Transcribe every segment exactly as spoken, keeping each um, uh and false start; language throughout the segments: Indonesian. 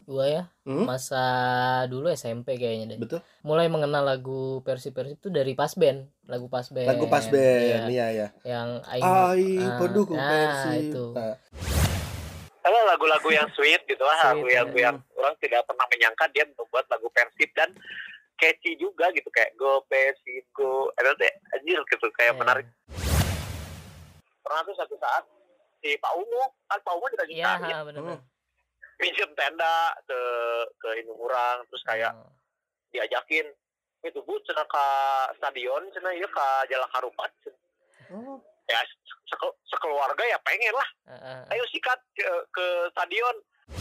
Gua ya, Hmm? masa dulu S M P kayaknya deh. Betul. Mulai mengenal lagu Persib-Persib itu dari Pas Band, lagu Pas Band. Lagu Pas Band, Iya. iya ya. Yang Aing Ai ah, pendukung nah, Persib. itu. Nah, Kalau lagu-lagu yang sweet gitu lah, Sweet, lagu-lagu ya. yang orang tidak pernah menyangka dia membuat lagu Persib dan catchy juga gitu, kayak Go Persib Go, ada teh anjir gitu, kayak Iya. menarik. Pernah tuh satu saat si Pak Ungu, kan Pak Ungu juga Iya, gitar ya, ha, bener. Hmm. pinjem tenda ke ke indung orang, terus kayak Oh. diajakin itu bu cenah ke stadion, cenah ieu ka Jalan Harupat. Oh. Ya seke- sekeluarga ya pengen lah. Heeh. Ayo sikat ke, ke stadion.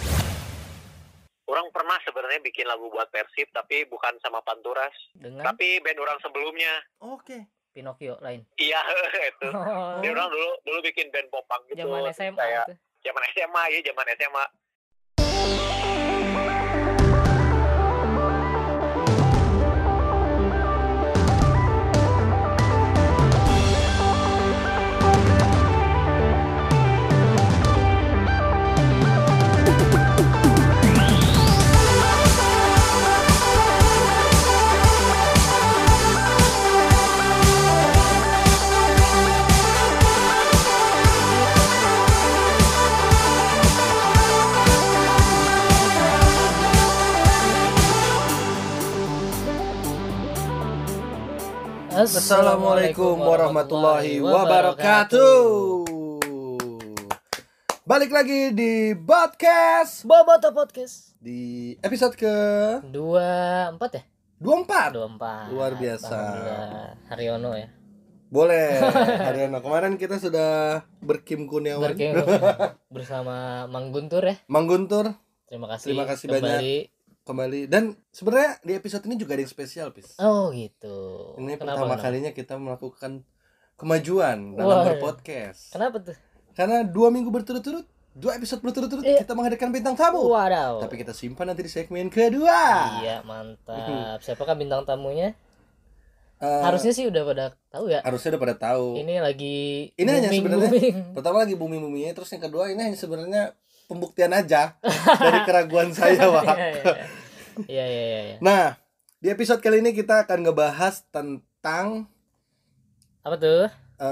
Orang pernah sebenarnya bikin lagu buat Persib tapi bukan sama Panturas, Dengan tapi band orang sebelumnya. Oke. Pinocchio lain. Iya itu. Oh. Dia orang dulu dulu bikin band popang gitu. Zaman S M A kayak itu. zaman S M A ya, zaman S M A. Assalamualaikum warahmatullahi wabarakatuh. Balik lagi di podcast Boboto Podcast di episode ke dua puluh empat ya? dua puluh empat. dua puluh empat. Luar biasa. Alhamdulillah. Haryono ya. Boleh. Haryono, kemarin kita sudah berkim Kurniawan Berking bersama Mang Guntur ya. Mang Guntur. Terima kasih. Terima kasih kembali. banyak. Kembali, dan sebenarnya di episode ini juga ada yang spesial, Pis. Oh gitu. Ini Kenapa, pertama kenapa? kalinya kita melakukan kemajuan dalam Wah, berpodcast. Kenapa tuh? Karena dua minggu berturut-turut, dua episode berturut-turut Iya. kita menghadirkan bintang tamu. Wadaw. Tapi kita simpan nanti di segmen kedua. Iya mantap. Siapakah bintang tamunya? Eh, Harusnya sih udah pada tahu ya. harusnya udah pada tahu. Ini lagi Ini hanya booming, sebenarnya booming. pertama lagi booming-boomingnya, terus yang kedua ini hanya sebenarnya pembuktian aja dari keraguan saya, Pak. Iya iya iya. iya. Nah, di episode kali ini kita akan ngebahas tentang Apa tuh?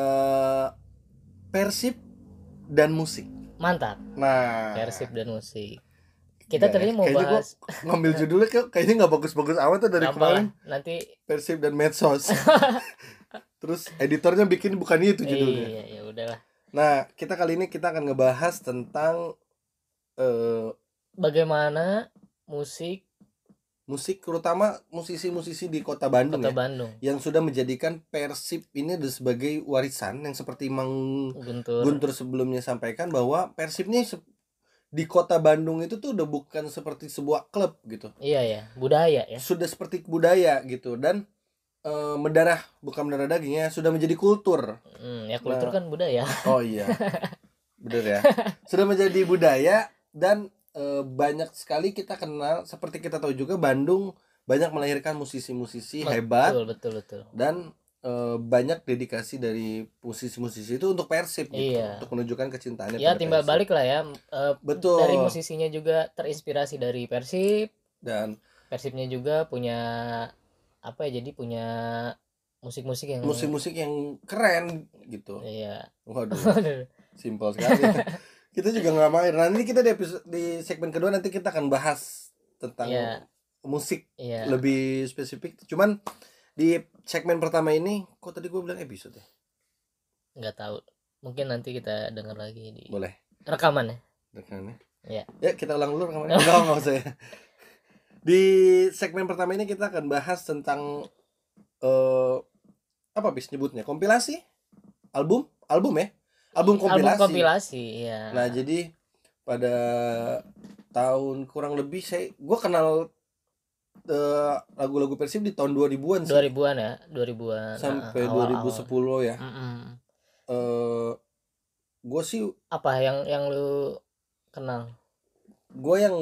eh Persib dan musik. Mantap. Nah, Persib dan musik. Kita Nggak, tadi mau kayaknya gua bahas ngambil judulnya kayak- kayaknya nggak bagus-bagus amat tuh dari gampang kemarin. lah. Nanti Persib dan medsos. Terus editornya bikin bukan itu judulnya. iya ya udahlah. Nah, kita kali ini kita akan ngebahas tentang eh Bagaimana musik musik, terutama musisi-musisi di kota Bandung Kota ya, Bandung, yang sudah menjadikan Persib ini adalah sebagai warisan, yang seperti Mang Guntur. Guntur sebelumnya sampaikan bahwa Persib ini se- di kota Bandung itu tuh udah bukan seperti sebuah klub gitu. Iya ya, budaya ya. Sudah seperti budaya gitu, dan eh, mendarah, bukan mendarah dagingnya, sudah menjadi kultur. Hmm, ya kultur Nah. kan budaya. Oh iya, bener ya. Sudah menjadi budaya, dan eh, banyak sekali kita kenal. Seperti kita tahu juga, Bandung banyak melahirkan musisi-musisi hebat, Betul betul betul. dan eh, banyak dedikasi dari musisi-musisi itu untuk Persib gitu, Iya. untuk menunjukkan kecintaannya Ya pada timbal Persib. balik lah ya. Eh, Betul. Dari musisinya juga terinspirasi dari Persib. Dan Persibnya juga punya apa ya? Jadi punya musik-musik yang musik-musik yang keren gitu. Iya. Waduh, simpel sekali. Kita juga nggak main. Nanti kita di episode, di segmen kedua nanti kita akan bahas tentang Iya. musik Iya. lebih spesifik. Cuman di segmen pertama ini, kok tadi gue bilang episode ya? Nggak tahu. Mungkin nanti kita dengar lagi di Boleh. rekaman ya. Rekamannya. Iya. Ya kita ulang dulu rekamannya. Enggak, enggak usah ya. Di segmen pertama ini kita akan bahas tentang eh apa bis nyebutnya? Kompilasi? Album? Album ya? Album kompilasi. Album kompilasi, iya. Nah, jadi pada tahun kurang lebih saya gua kenal eh, lagu-lagu Persib di tahun dua ribuan sih. dua ribuan ya, dua ribuan. Sampai Nah, dua awal-awal. ribu sepuluh ya. Mm-mm. Eh gue sih Apa yang yang lu kenal? gue yang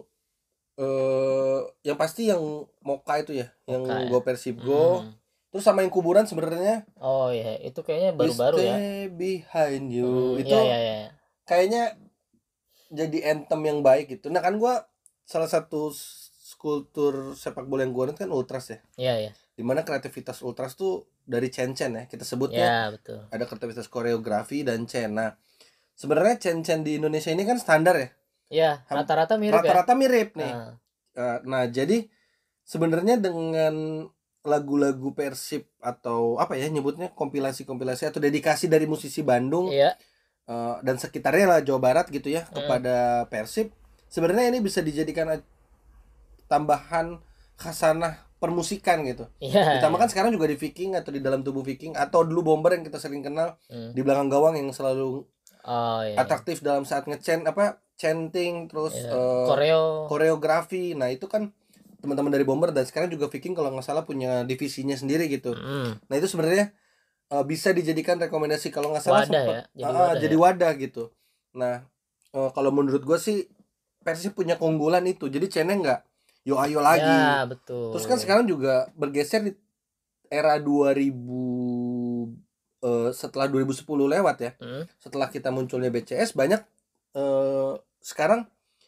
eh yang pasti yang Moka itu ya, yang Moka ya. Go Persib Go. Mm. Terus sama yang kuburan sebenarnya Oh iya, itu kayaknya baru-baru ya. Stay Behind You. Hmm, Itu iya, iya, iya. kayaknya jadi anthem yang baik gitu. Nah kan gue salah satu skulptur sepak bola yang gue kan Ultras ya. Iya, ya. Dimana kreativitas Ultras tuh dari Chen-Chen ya, kita sebutnya. Ya, betul. Ada kreativitas koreografi dan Chen. Nah, sebenarnya Chen-Chen di Indonesia ini kan standar ya. Ya, rata-rata mirip Rata-rata ya. mirip nih. Nah, Uh, nah, jadi sebenarnya dengan lagu-lagu Persib atau apa ya nyebutnya kompilasi-kompilasi atau dedikasi dari musisi Bandung iya. uh, dan sekitarnya lah Jawa Barat gitu ya Hmm. kepada Persib, sebenarnya ini bisa dijadikan tambahan khasanah permusikan gitu. Iya. Ditambahkan sekarang juga di Viking atau di dalam tubuh Viking atau dulu Bomber yang kita sering kenal Hmm. di belakang gawang yang selalu Oh, iya. atraktif dalam saat nge-chant apa chanting terus Iya. uh, Koreo. koreografi. Nah, itu kan teman-teman dari Bomber dan sekarang juga Viking kalau nggak salah punya divisinya sendiri gitu. Hmm. Nah, itu sebenarnya uh, bisa dijadikan rekomendasi kalau nggak salah Wadah sempet, ya, jadi uh, wadah jadi ya. wadah gitu. Nah, uh, kalau menurut gue sih Persib punya keunggulan itu. Jadi channel nggak yo ayo lagi. Ya, betul. Terus kan sekarang juga bergeser di era dua ribu uh, setelah dua ribu sepuluh lewat ya. Hmm. Setelah kita munculnya B C S banyak uh, sekarang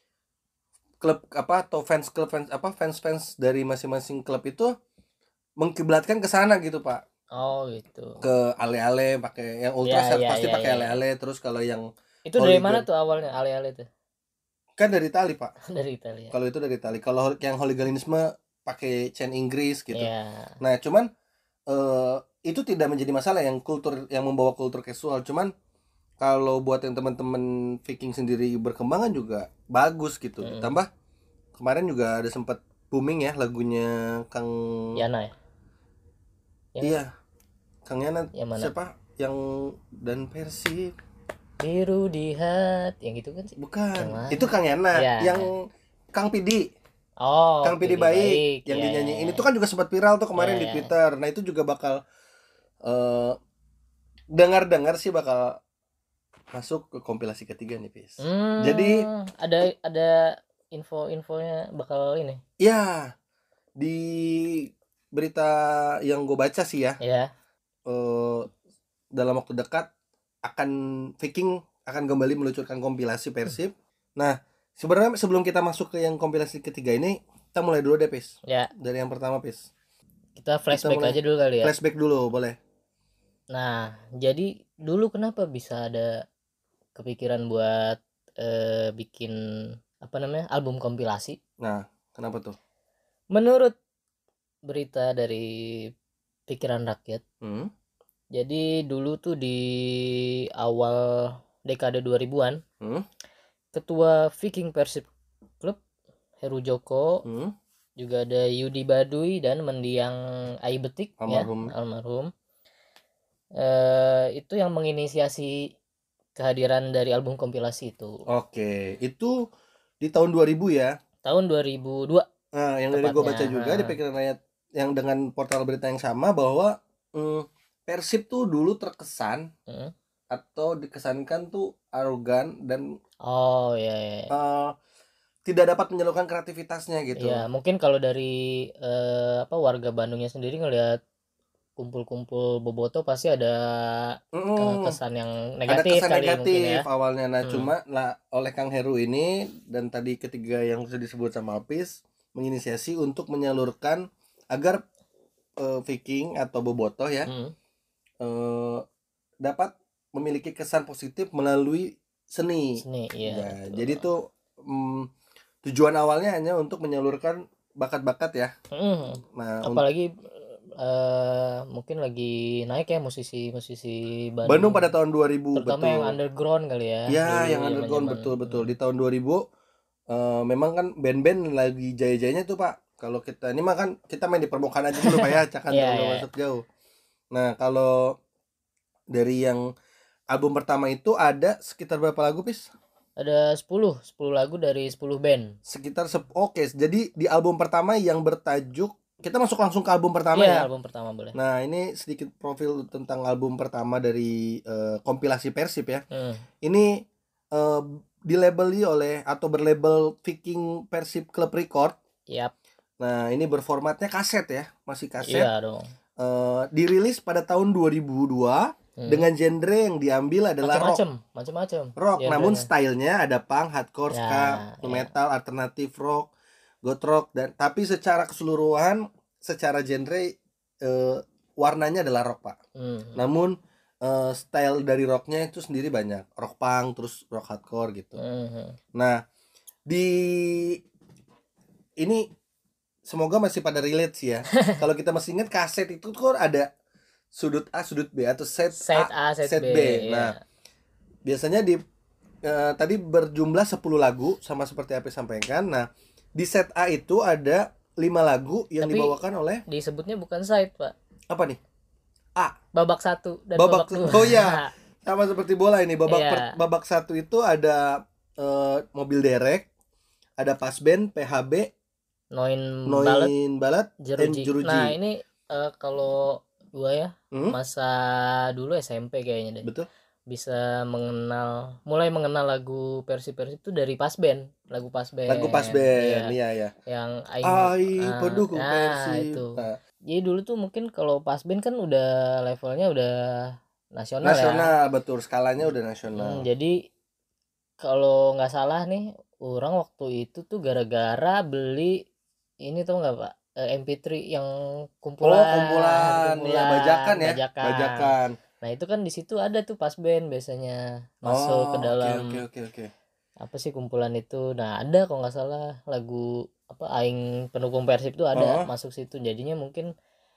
klub apa atau fans klub fans apa fans-fans dari masing-masing klub itu mengkiblatkan ke sana gitu, Pak. Oh, gitu. Ke ale-ale pakai yang Ultras Ya, ya, pasti ya, pakai ya. ale-ale, terus kalau yang Itu dari Hooligan. mana tuh awalnya ale-ale tuh? kan dari Itali, Pak. Dari Italia. Kalau itu dari Itali. Kalau yang hooliganisme pakai chant Inggris gitu. Ya. Nah, cuman eh, itu tidak menjadi masalah yang kultur yang membawa kultur casual. Cuman kalau buat yang teman-teman Viking sendiri berkembangan juga bagus gitu. Hmm. Ditambah kemarin juga ada sempat booming ya lagunya Kang Yana ya? Yang Iya. Kang Yana Yang mana? siapa? Yang dan Persib. Biru di hati yang gitu kan sih? Bukan. Yang mana? Itu Kang Yana, Iya. yang Kang Pidi. Oh, Kang Pidi Pidi baik, yang ya, dinyanyiin ya, itu kan juga sempat viral tuh kemarin Ya, di ya. Twitter. Nah, itu juga bakal eh dengar-dengar sih bakal masuk ke kompilasi ketiga nih, Pis. Hmm, Jadi ada ada info-infonya bakal ini. ya di berita yang gue baca sih ya, Ya. eh dalam waktu dekat akan Viking akan kembali meluncurkan kompilasi Persib. Nah, sebenarnya sebelum kita masuk ke yang kompilasi ketiga ini, kita mulai dulu deh, Pis. Ya, Dari yang pertama, Pis. kita flashback mulai. aja dulu kali ya. Flashback dulu, boleh. Nah, jadi dulu kenapa bisa ada kepikiran buat eh, bikin apa namanya album kompilasi? Nah, kenapa tuh? Menurut berita dari Pikiran Rakyat, Hmm? jadi dulu tuh di awal dekade dua ribuan, Hmm? ketua Viking Persib Club Heru Joko, Hmm? juga ada Yudi Baduy dan Mendiang Aibetik Almarhum. ya, almarhum. Eh, itu yang menginisiasi kehadiran dari album kompilasi itu. Oke, itu di tahun dua ribu ya. Tahun dua ribu dua. Nah, yang dari gue Tepatnya, baca juga ha. di Pikiran Rakyat yang dengan portal berita yang sama bahwa hmm, Persib tuh dulu terkesan Hmm. atau dikesankan tuh arogan dan Oh ya, ya, ya. eh, tidak dapat menyalurkan kreativitasnya gitu. Ya, mungkin kalau dari eh, apa warga Bandungnya sendiri ngelihat kumpul-kumpul boboto pasti ada Mm-mm. kesan yang Ada negatif kesan kali negatif mungkin ya. awalnya. Nah, Hmm. cuma lah oleh Kang Heru ini dan tadi ketiga yang sudah disebut sama Apis menginisiasi untuk menyalurkan agar eh, Viking atau bobotoh ya Hmm. eh, dapat memiliki kesan positif melalui seni. Seni, iya. Ya, betul. jadi tuh mm, tujuan awalnya hanya untuk menyalurkan bakat-bakat ya. Hmm. Nah, un- Apalagi eh, mungkin lagi naik ya musisi-musisi Bandung, Bandung pada tahun dua ribu terutama betul. yang underground kali ya. Ya, dulu yang underground zaman-zaman. betul-betul Hmm. di tahun dua ribu eh, memang kan band-band lagi jaya-jayanya tuh, Pak. Kalau kita ini mah kan kita main di permukaan aja dulu Pak ya, jangan Iya, terlalu iya. masuk jauh. Nah, kalau dari yang album pertama itu ada sekitar berapa lagu, Pis? Ada sepuluh lagu dari sepuluh band. Sekitar sep- oke, jadi di album pertama yang bertajuk kita masuk langsung ke album pertama Iya, ya. album pertama boleh. Nah, ini sedikit profil tentang album pertama dari eh, kompilasi Persib ya. Hmm. Ini eh, dilabeli oleh atau berlabel Viking Persib Club Record. Yap. Nah, ini berformatnya kaset ya, masih kaset. Iya dong. Eh, dirilis pada tahun dua ribu dua Hmm. dengan genre yang diambil adalah rock. Macam-macam, macam-macam. Rock, Genrenya. namun stylenya ada punk, hardcore, Ya, ska, ya. metal, alternatif rock, goth rock, dan tapi secara keseluruhan secara genre eh, warnanya adalah rock Pak. Hmm. Namun eh, style dari rocknya itu sendiri banyak, rock punk terus rock hardcore gitu. Hmm. Nah di ini semoga masih pada relate sih ya. Kalau kita masih ingat kaset itu tuh ada sudut A, sudut B atau set, Set A, A, set, set B. B. Iya. Nah, biasanya di eh, tadi berjumlah sepuluh lagu sama seperti apa yang sampaikan. Nah, di set A itu ada lima lagu yang Tapi dibawakan oleh disebutnya bukan side, Pak. apa nih? A. Babak satu dan Babak, babak, dua. oh iya. Sama seperti bola ini. Babak Iya. per- babak satu itu ada eh, mobil derek, ada pas band, P H B, Noin Balet, Noin Balat, dan Jeruji. Jeruji. Nah, ini eh, kalau gua ya Hmm? masa dulu S M P kayaknya deh. Betul. Bisa mengenal, mulai mengenal lagu Persib-Persib itu dari pas band, lagu pas band. Lagu pas band, Iya. iya ya. Yang aing Aing ah, pendukung nah, Persib. itu. Nah, Jadi dulu tuh mungkin kalau pas band kan udah levelnya udah nasional, nasional ya. betul, skalanya udah nasional. Hmm, jadi kalau nggak salah nih, orang waktu itu tuh gara-gara beli ini tuh nggak Pak, Eh, M P tiga yang kumpulan, Oh, kumpulan, ya bajakan ya, bajakan. bajakan. Nah itu kan di situ ada tuh pas band biasanya masuk Oh, ke dalam oke oke oke oke. apa sih kumpulan itu. Nah ada kalau nggak salah lagu apa Aing pendukung Persib tuh ada Oh. masuk situ. Jadinya mungkin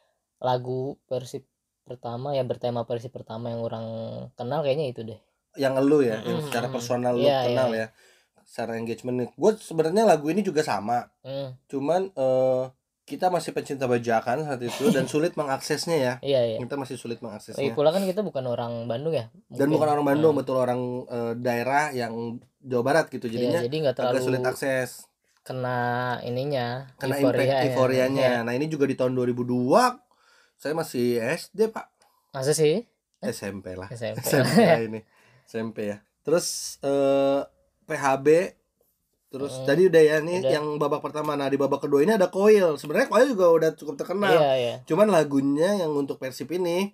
lagu Persib pertama yang bertema Persib pertama yang orang kenal kayaknya itu deh. Yang elu ya, yang Mm-mm, secara mm-mm. personal lu Iya, kenal iya. ya. Secara engagement. Gue sebenarnya lagu ini juga sama. Hmm, Cuman eh, kita masih pencinta bajakan saat itu dan sulit mengaksesnya ya. iya iya. Kita masih sulit Lagi mengaksesnya. pula kan kita bukan orang Bandung ya. Dan mungkin. bukan orang Bandung, Hmm, betul orang eh, daerah yang Jawa Barat gitu. iya, Jadinya jadi nggak terlalu agak sulit akses. kena ininya, Kena impact euforianya. euforianya. Iya. Nah, ini juga di tahun dua ribu dua. Saya masih S D, Pak. Masa sih? S M P lah. S M P. S M P lah ini. S M P ya. Terus eh, P H B. Terus Hmm, tadi udah ya nih udah. yang babak pertama. Nah, di babak kedua ini ada Koil. Sebenarnya Koil juga udah cukup terkenal. Iya iya. Cuman lagunya yang untuk Persib ini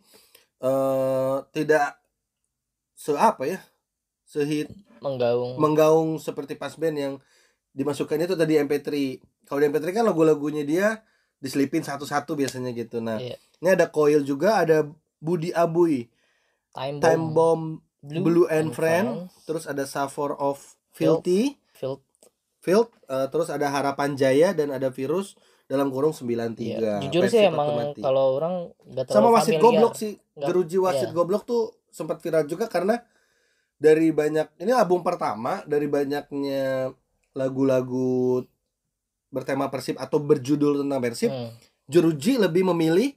eh tidak se apa ya? Sehit Menggaung. menggaung seperti pas band yang dimasukkan itu tadi M P tiga. Kalau di M P tiga kan lagu-lagunya dia diselipin satu-satu biasanya gitu. Nah, Iya. ini ada Koil juga, ada Budi Abui, Time Bomb, Time Bomb, Blue, Blue and and Friend, Friends, terus ada Savor of Filth. Filthy, Field. Field, eh, terus ada Harapan Jaya dan ada Virus dalam kurung sembilan Iya. tiga. Jujur sih Persib emang Otomatis. kalau orang nggak terlalu Sama wasit familiar. goblok sih. Nggak- Jeruji wasit iya. goblok tuh sempat viral juga karena dari banyak, ini album pertama dari banyaknya lagu-lagu bertema Persib atau berjudul tentang Persib, Hmm, Jeruji lebih memilih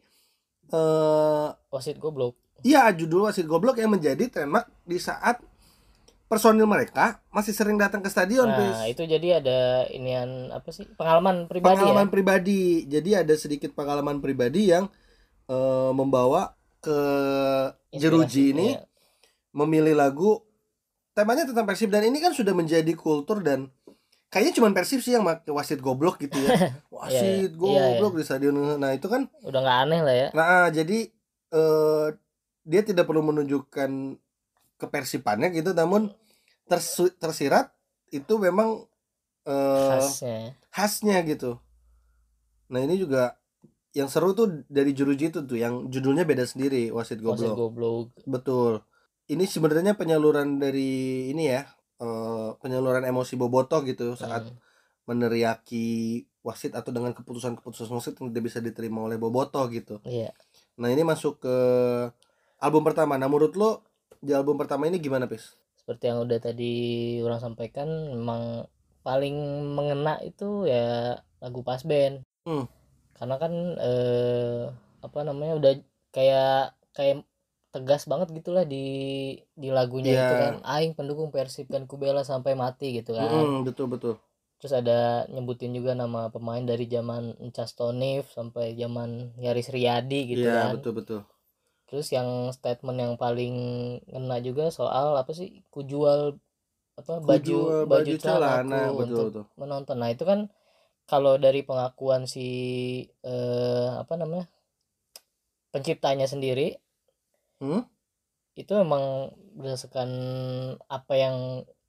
eh wasit goblok. iya judul wasit goblok yang menjadi trademark di saat personil mereka masih sering datang ke stadion. Nah Pis. itu jadi ada inian apa sih pengalaman pribadi Pengalaman ya. pribadi. Jadi ada sedikit pengalaman pribadi yang eh, membawa ke Jeruji Inspirasi, ini iya. memilih lagu temanya tentang Persib, dan ini kan sudah menjadi kultur dan kayaknya cuma Persib sih yang pakai wasit goblok gitu ya. Wasit Iya, goblok di stadion. Nah, itu kan Udah nggak aneh lah ya. nah jadi eh, dia tidak perlu menunjukkan kepersipannya gitu, namun tersu- tersirat itu memang eh, Khasnya. khasnya gitu. Nah, ini juga yang seru tuh dari Jeruji itu tuh yang judulnya beda sendiri, wasit Wasit goblok. goblok. Betul. Ini sebenarnya penyaluran dari ini ya, eh, penyaluran emosi bobotoh gitu saat Hmm. meneriaki wasit atau dengan keputusan-keputusan wasit yang tidak bisa diterima oleh bobotoh gitu. Iya. Nah, ini masuk ke album pertama. Nah, menurut lo di album pertama ini gimana, Pis? Seperti yang udah tadi orang sampaikan, memang paling mengena itu ya lagu pas band. Hmm. Karena kan eh, apa namanya udah kayak kayak tegas banget gitulah di di lagunya Iya. itu kan, aing pendukung Persib kan kubela sampai mati gitu kan. Mm-mm, betul betul. Terus ada nyebutin juga nama pemain dari zaman Encas Tonif sampai zaman Yaris Riyadi gitu Iya, kan. betul betul. Terus yang statement yang paling ngena juga soal apa sih, kujual apa baju Kujual baju baju celanaku celana, betul untuk betul. menonton. Nah itu kan kalau dari pengakuan si eh, apa namanya penciptanya sendiri, Hmm? itu memang berdasarkan apa yang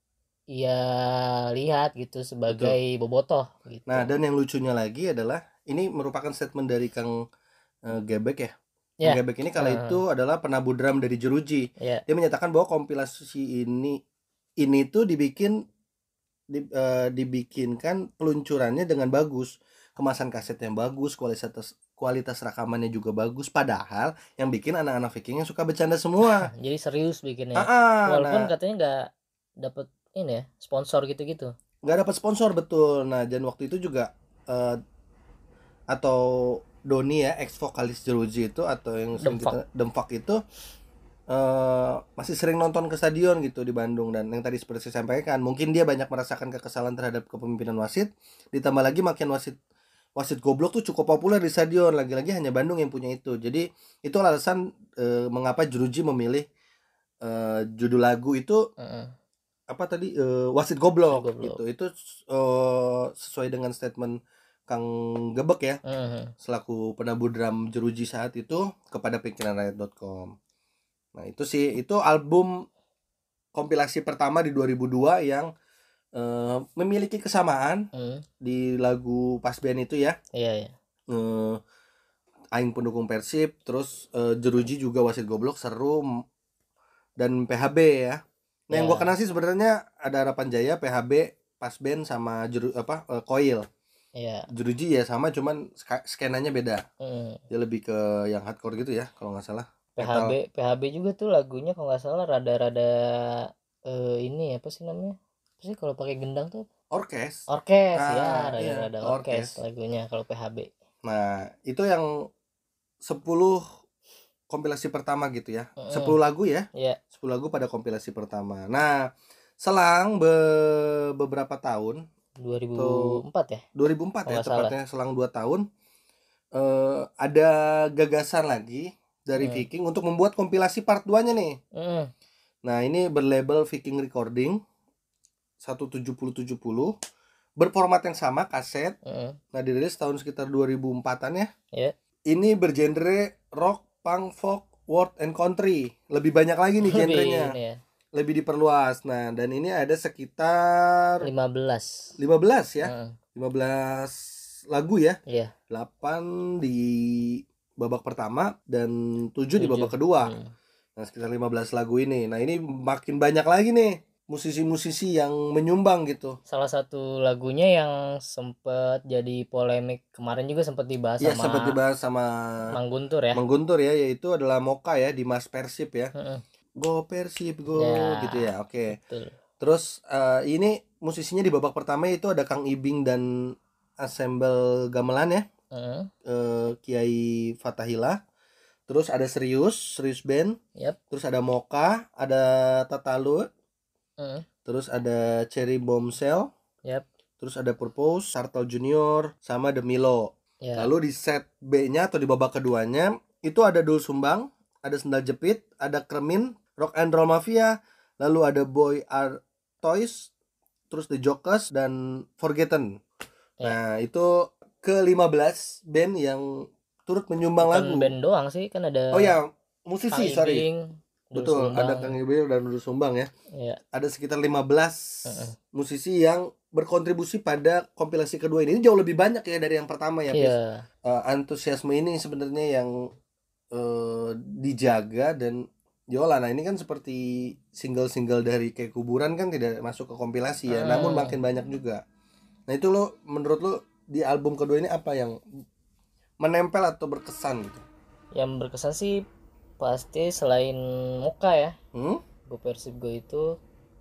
ia lihat gitu sebagai bobotoh gitu. Nah, dan yang lucunya lagi adalah ini merupakan statement dari Kang uh, Gebek ya. Ya. Kang Gebek ini kala Uh. itu adalah penabuh drum dari Jeruji. Ya. Dia menyatakan bahwa kompilasi ini ini tuh dibikin di, uh, dibikinkan peluncurannya dengan bagus, kemasan kaset yang bagus, kualitas kualitas rekamannya juga bagus, padahal yang bikin anak-anak Viking yang suka bercanda semua. Jadi serius bikinnya. Ah, ah, walaupun nah, katanya nggak dapet ini ya sponsor gitu-gitu. Nggak dapat sponsor, betul. Nah, dan waktu itu juga uh, atau Doni ya, ex vokalis Jeruji itu atau yang sering kita Demfak itu uh, masih sering nonton ke stadion gitu di Bandung. Dan yang tadi seperti saya sampaikan, mungkin dia banyak merasakan kekesalan terhadap kepemimpinan wasit, ditambah lagi makin wasit wasit goblok tuh cukup populer di stadion, lagi-lagi hanya Bandung yang punya itu. Jadi itu alasan uh, mengapa Jeruji memilih uh, judul lagu itu uh-uh. apa tadi uh, wasit goblok, wasit goblok gitu. Itu uh, sesuai dengan statement Kang Gebek ya, uh-huh. selaku penabuh drum Jeruji saat itu kepada pikiran rakyat dot com. Nah, itu sih, itu album kompilasi pertama di dua ribu dua yang Uh, memiliki kesamaan hmm. di lagu Pas Band itu ya. Iya, iya. Uh, Aing pendukung Persib, terus uh, Jeruji juga wasit goblok, seru, dan P H B ya. Nah, yeah. yang gua kenal sih sebenarnya ada Harapan Jaya, P H B, Pas Band sama Jeru, apa uh, Coil. Iya. Yeah. Jeruji ya sama, cuman skenanya beda. Hmm. Dia lebih ke yang hardcore gitu ya kalau nggak salah. P H B, P H B juga tuh lagunya kalau nggak salah rada-rada uh, ini apa sih namanya? Sih kalau pakai gendang tuh orkes orkes ah, ya ada iya, ada orkes, orkes lagunya kalau P H B. Nah, itu yang sepuluh kompilasi pertama gitu ya. Mm. sepuluh lagu ya. Yeah. sepuluh lagu pada kompilasi pertama. Nah, selang be- beberapa tahun dua ribu empat ya? dua ribu empat ya tepatnya, selang dua tahun uh, ada gagasan lagi dari mm. Viking untuk membuat kompilasi part dua-nya nih. Mm. Nah, ini berlabel Viking Recording satu tujuh nol tujuh nol, berformat yang sama, kaset. Uh-uh. Nah, dirilis tahun sekitar dua ribu empat-an ya. Yeah. Ini bergenre rock, punk, folk, world and country. Lebih banyak lagi nih genrenya. Lebih, ya. Lebih diperluas. Nah, dan ini ada sekitar lima belas lima belas ya. Uh-uh. lima belas lagu ya. Iya. Yeah. delapan di babak pertama dan tujuh di babak kedua. Hmm. Nah, sekitar lima belas lagu ini. Nah, ini makin banyak lagi nih musisi-musisi yang menyumbang gitu. Salah satu lagunya yang sempat jadi polemik kemarin juga sempat dibahas ya, sama sempat dibahas sama Mang Guntur ya. Mang Guntur ya, yaitu adalah Moka ya, di Mas Persib ya. Uh-uh. Go Persib go ya, gitu ya. Oke. Okay. Terus uh, ini musisinya di babak pertama itu ada Kang Ibing dan Assemble Gamelan ya. Uh-uh. Uh, Kiai Fatahillah. Terus ada Serius, Serius Band. Yep. Terus ada Moka, ada Tatalu. Uh. Terus ada Cherry Bombshell. Yep. Terus ada Purpose, Sarto Junior, sama The Milo. Yeah. Lalu di set B-nya atau di babak keduanya itu ada Dul Sumbang, ada Sendal Jepit, ada Kremin, Rock and Roll Mafia, lalu ada Boy Are Toys, terus The Jokers dan Forgotten. Yeah. Nah, itu ke lima belas band yang turut menyumbang bukan lagu. Band doang sih, kan ada. Oh ya, musisi, Kang sorry. Ibing, betul, Sumbang. Ada Kang Ibing dan Dul Sumbang ya. Yeah. Ada sekitar lima belas uh-uh. musisi yang berkontribusi pada kompilasi kedua ini. Ini jauh lebih banyak ya dari yang pertama ya. Yeah. Uh, antusiasme ini sebenarnya yang uh, dijaga dan yola. Nah, ini kan seperti single-single dari kayak Kuburan kan tidak masuk ke kompilasi ya, uh. namun makin banyak juga. Nah, itu lo menurut lo di album kedua ini apa yang menempel atau berkesan gitu? Yang berkesan sih pasti selain Moka ya. Hmm? Go Persib Go itu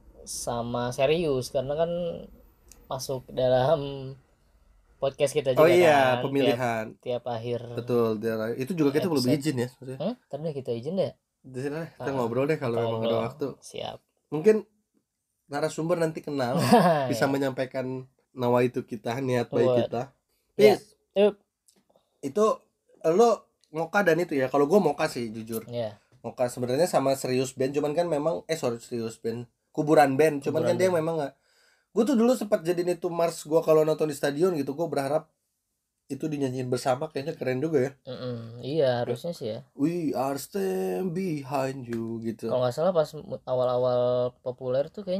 sama Serius, karena kan masuk dalam podcast kita juga. Oh iya, kan, pemilihan tiap, tiap akhir. Betul, itu juga kita belum izin ya maksudnya. Hmm? Tadi kita izin deh. Kita nah, ngobrol deh kalau memang ada waktu. Siap. Mungkin narasumber nanti kenal bisa menyampaikan nawa itu kita, niat baik kita. Pis. Ya. Itu lo Moka dan itu ya. Kalau gue Moka sih jujur. Iya. Yeah. Moka sebenarnya sama Serius Band, cuman kan memang eh sorry Serius Band, Kuburan Band, cuman Kuburan kan band. Dia memang nggak. Gue tuh dulu sempat jadiin itu mars gue kalau nonton di stadion gitu, gue berharap itu dinyanyiin bersama, kayaknya keren juga ya. Mm-mm, iya harusnya sih ya. We are stand behind you gitu. Kalau nggak salah pas awal-awal populer tuh kayaknya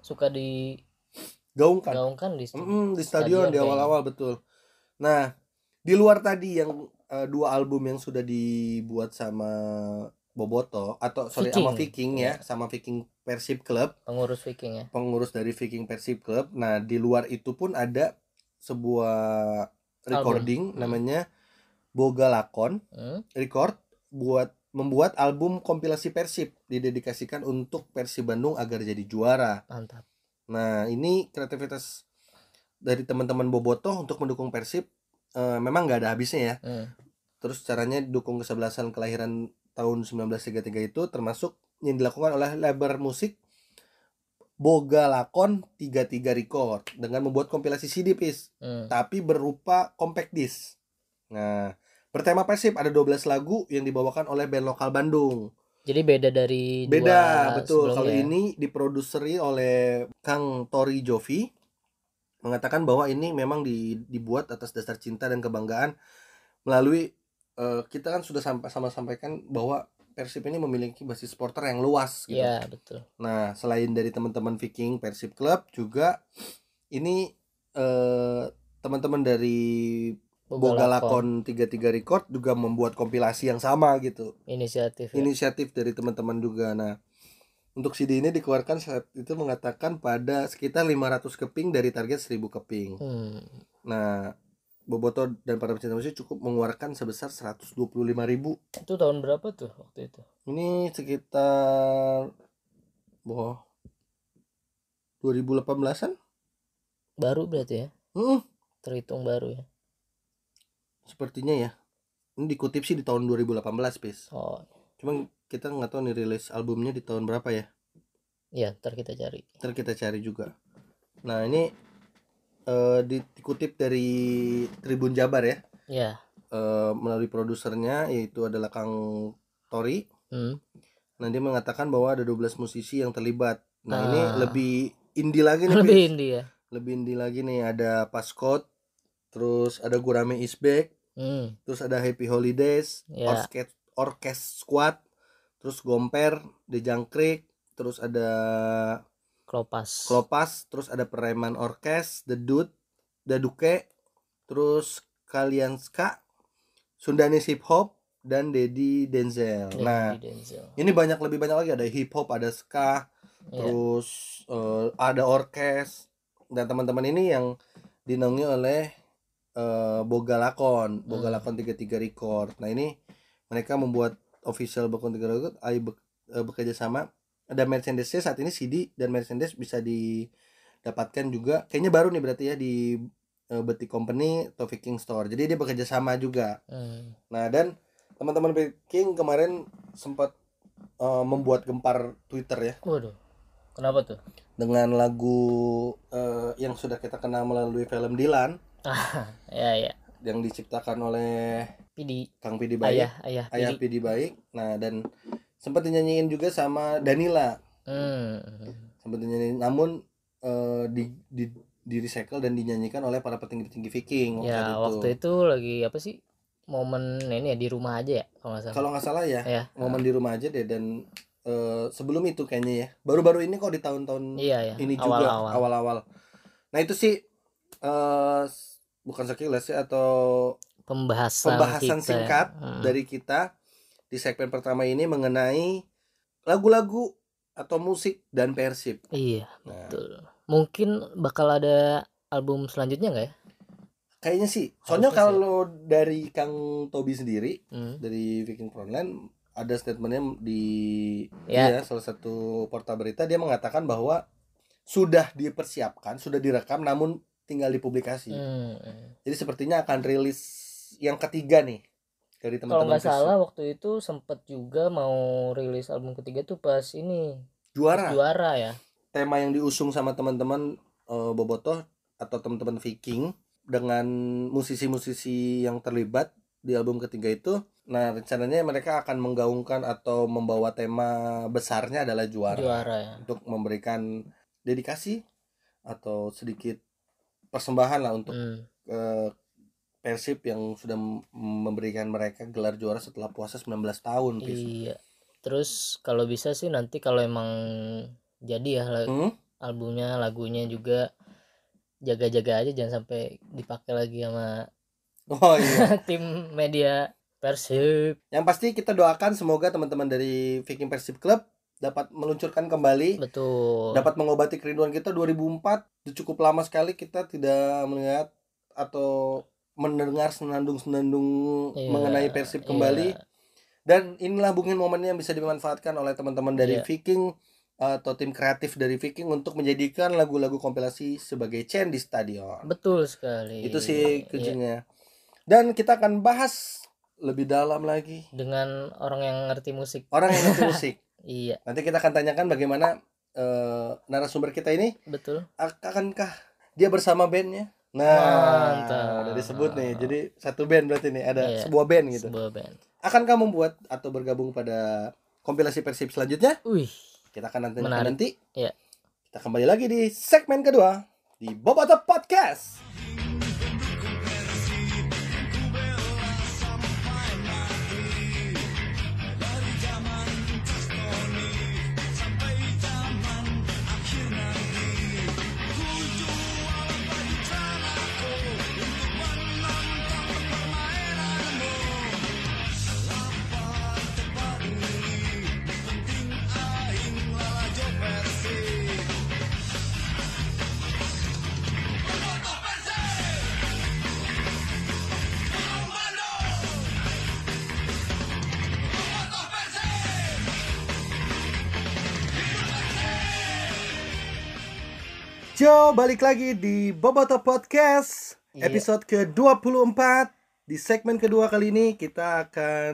suka di gaungkan gaungkan di, mm, di stadion, stadion di awal-awal betul. Nah, di luar tadi yang uh, dua album yang sudah dibuat sama Bobotoh atau sorry Viking. sama Viking ya, yeah. sama Viking Persib Club, pengurus Viking ya. Pengurus dari Viking Persib Club. Nah, di luar itu pun ada sebuah recording album. namanya hmm. Boga Lakon hmm. Record buat membuat album kompilasi Persib didedikasikan untuk Persib Bandung agar jadi juara. Mantap. Nah, ini kreativitas dari teman-teman Bobotoh untuk mendukung Persib uh, memang nggak ada habisnya ya. Hmm. Terus caranya dukung kesebelasan kelahiran tahun sembilan belas tiga puluh tiga itu termasuk yang dilakukan oleh label musik Boga Lakon tiga puluh tiga Record dengan membuat kompilasi C D Pis, hmm. tapi berupa compact disc. Nah, bertema Persib ada dua belas lagu yang dibawakan oleh band lokal Bandung. Jadi beda dari beda dua betul. Kalau ya? ini diproduseri oleh Kang Tori Jovi, mengatakan bahwa ini memang dibuat atas dasar cinta dan kebanggaan melalui uh, kita kan sudah sampai sama sampaikan bahwa Persib ini memiliki basis supporter yang luas gitu. Iya, betul. Nah, selain dari teman-teman Viking Persib Club juga ini uh, teman-teman dari Boga Lakon tiga puluh tiga Record juga membuat kompilasi yang sama gitu. Inisiatif. Ya? Inisiatif dari teman-teman juga. Nah, untuk C D ini dikeluarkan saat itu mengatakan pada sekitar lima ratus keping dari target seribu keping. Hmm. Nah, Bobotoh dan para pecinta musik cukup mengeluarkan sebesar seratus dua puluh lima ribu. Itu tahun berapa tuh waktu itu? Ini sekitar boh dua ribu delapan belasan. Baru berarti ya? Hmm. Terhitung baru ya. Sepertinya ya. Ini dikutip sih di tahun dua ribu delapan belas, Pis. Oh. Cuma kita nggak tahu nih rilis albumnya di tahun berapa ya. Iya, ntar kita cari. Ntar kita cari juga. Nah, ini Uh, dikutip dari Tribun Jabar ya. Iya. Uh, melalui produsernya yaitu adalah Kang Tori. Hmm. Nah, dia mengatakan bahwa ada dua belas musisi yang terlibat. Nah, ah. ini lebih indie lagi nih. Lebih indie ya. Lebih indie lagi nih, ada Paskot, terus ada Gurame Isbek, hmm. terus ada Happy Holidays, yeah. Orkes Orkes Squad, terus Gomper, The Jangkrik, terus ada Klopas. Klopas, terus ada Preman Orkes, The Dude, The Duke, terus Kalianska, Sundanese Hip Hop, dan Dedi Denzel. Daddy nah, Denzel. Ini banyak lebih banyak lagi, ada hip hop, ada ska, yeah. terus uh, ada orkes, dan teman-teman ini yang dinaungi oleh uh, Boga Lakon, Boga Lakon hmm. tiga puluh tiga Record. Nah, ini mereka membuat official Boga tiga puluh tiga Record, ay be- bekerja sama. Ada merchandise saat ini C D dan merchandise bisa didapatkan juga. Kayaknya baru nih berarti ya di uh, Betik Company atau Viking Store. Jadi dia bekerja sama juga. Hmm. Nah, dan teman-teman Viking kemarin sempat uh, membuat gempar Twitter ya. Waduh. Kenapa tuh? Dengan lagu uh, yang sudah kita kenal melalui film Dilan. Ah, ya ya. Yang diciptakan oleh Pidi. Kang Pidi Baik. Ayah, ayah, ayah Pidi Baik. Nah, dan sempat dinyanyiin juga sama Danila. Hmm. Sempat dinyanyiin, namun uh, di, di di recycle dan dinyanyikan oleh para petinggi-petinggi Viking. Ya, waktu itu. waktu itu lagi apa sih? Momen ini ya di rumah aja ya kalau nggak salah. Kalau nggak salah ya, ya. Momen ah. di rumah aja deh. Dan uh, sebelum itu kayaknya ya. Baru-baru ini kok di tahun-tahun iya, ya. ini awal, juga awal. awal-awal. Nah, itu sih uh, bukan sekilas ya, atau pembahasan, pembahasan kita. singkat hmm. dari kita di segmen pertama ini mengenai lagu-lagu atau musik dan Persib. Iya, nah. betul. Mungkin bakal ada album selanjutnya nggak ya? Kayaknya sih. Soalnya Harusnya kalau sih. Dari Kang Tobi sendiri, hmm. dari Viking Frontline, ada statementnya di ya. Ya, salah satu portal berita, dia mengatakan bahwa sudah dipersiapkan, sudah direkam, namun tinggal dipublikasi. Hmm. Jadi sepertinya akan rilis yang ketiga nih. Dari teman-teman. Kalau nggak salah waktu itu sempat juga mau rilis album ketiga tuh pas ini juara pas juara ya. Tema yang diusung sama teman-teman uh, Bobotoh atau teman-teman Viking dengan musisi-musisi yang terlibat di album ketiga itu. Nah, rencananya mereka akan menggaungkan atau membawa tema besarnya adalah juara, juara ya. Untuk memberikan dedikasi atau sedikit persembahan lah untuk hmm. uh, Persib yang sudah memberikan mereka gelar juara setelah puasa sembilan belas tahun. Iya. Terus kalau bisa sih nanti kalau emang jadi ya hmm? albumnya, lagunya juga jaga-jaga aja jangan sampai dipakai lagi sama Oh iya. tim media Persib. Yang pasti kita doakan semoga teman-teman dari Viking Persib Club dapat meluncurkan kembali, Betul. dapat mengobati kerinduan kita. Dua ribu empat itu cukup lama sekali kita tidak melihat atau mendengar senandung-senandung Iya, mengenai Persib kembali. iya. Dan inilah mungkin momennya yang bisa dimanfaatkan oleh teman-teman dari Iya. Viking atau tim kreatif dari Viking untuk menjadikan lagu-lagu kompilasi sebagai chant di stadion. Betul sekali. Itu sih Iya. kuncinya. Dan kita akan bahas lebih dalam lagi Dengan orang yang ngerti musik. orang yang ngerti musik. Iya, Nanti kita akan tanyakan bagaimana eh, narasumber kita ini betul. ak- akankah dia bersama bandnya. Nah, Mantap. udah disebut nih. Jadi satu band berarti nih ada Iya, sebuah band gitu. Sebuah band. Akankah membuat atau bergabung pada kompilasi Persib selanjutnya? Wih, Kita akan nanti Menarik. nanti. Iya. Kita kembali lagi di segmen kedua di Bobotoh Podcast. Jo, balik lagi di Bobotoh Podcast Iya. episode ke dua puluh empat. Di segmen kedua kali ini kita akan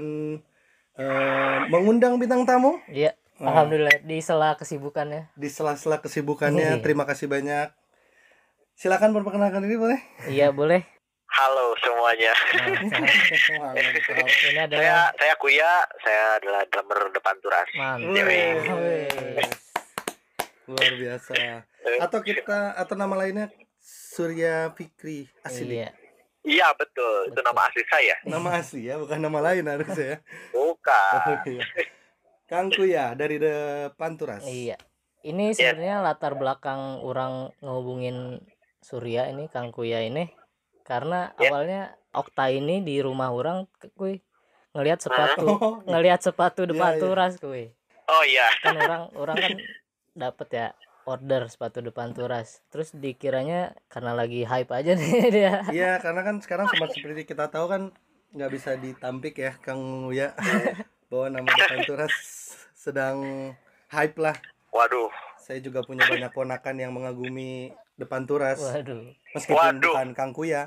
eh, mengundang bintang tamu Iya. Nah. Alhamdulillah di sela kesibukannya. di sela-sela kesibukannya. Iya. Terima kasih banyak. Silakan perkenalkan diri boleh? Iya, boleh. Halo semuanya. Nah, Mantap. ini Saya adalah saya Kuya, saya adalah drummer depan turas. mantap. Wih. Wih. Luar biasa. Atau kita atau nama lainnya Surya Fikri Asli. Iya. Iya betul, itu Betul. nama asli saya. Nama asli ya, bukan nama lain harusnya ya. Bukan. Iya. Kang Kuya dari The Panturas. Iya. Ini sebenarnya latar belakang orang ngehubungin Surya ini Kang Kuya ini karena Ya. awalnya Okta ini di rumah orang kuy ngelihat sepatu Oh, ngelihat sepatu Iya, depan iya. turas kuy. Oh iya. Kan orang orang kan dapat ya order sepatu depan turas. Terus dikiranya karena lagi hype aja nih dia. Iya, karena kan sekarang sama seperti kita tahu kan nggak bisa ditampik ya Kang Kuya bahwa nama The Panturas sedang hype lah. Waduh. Saya juga punya banyak ponakan yang mengagumi The Panturas. Waduh. Meskipun Waduh. bukan Kang Kuya.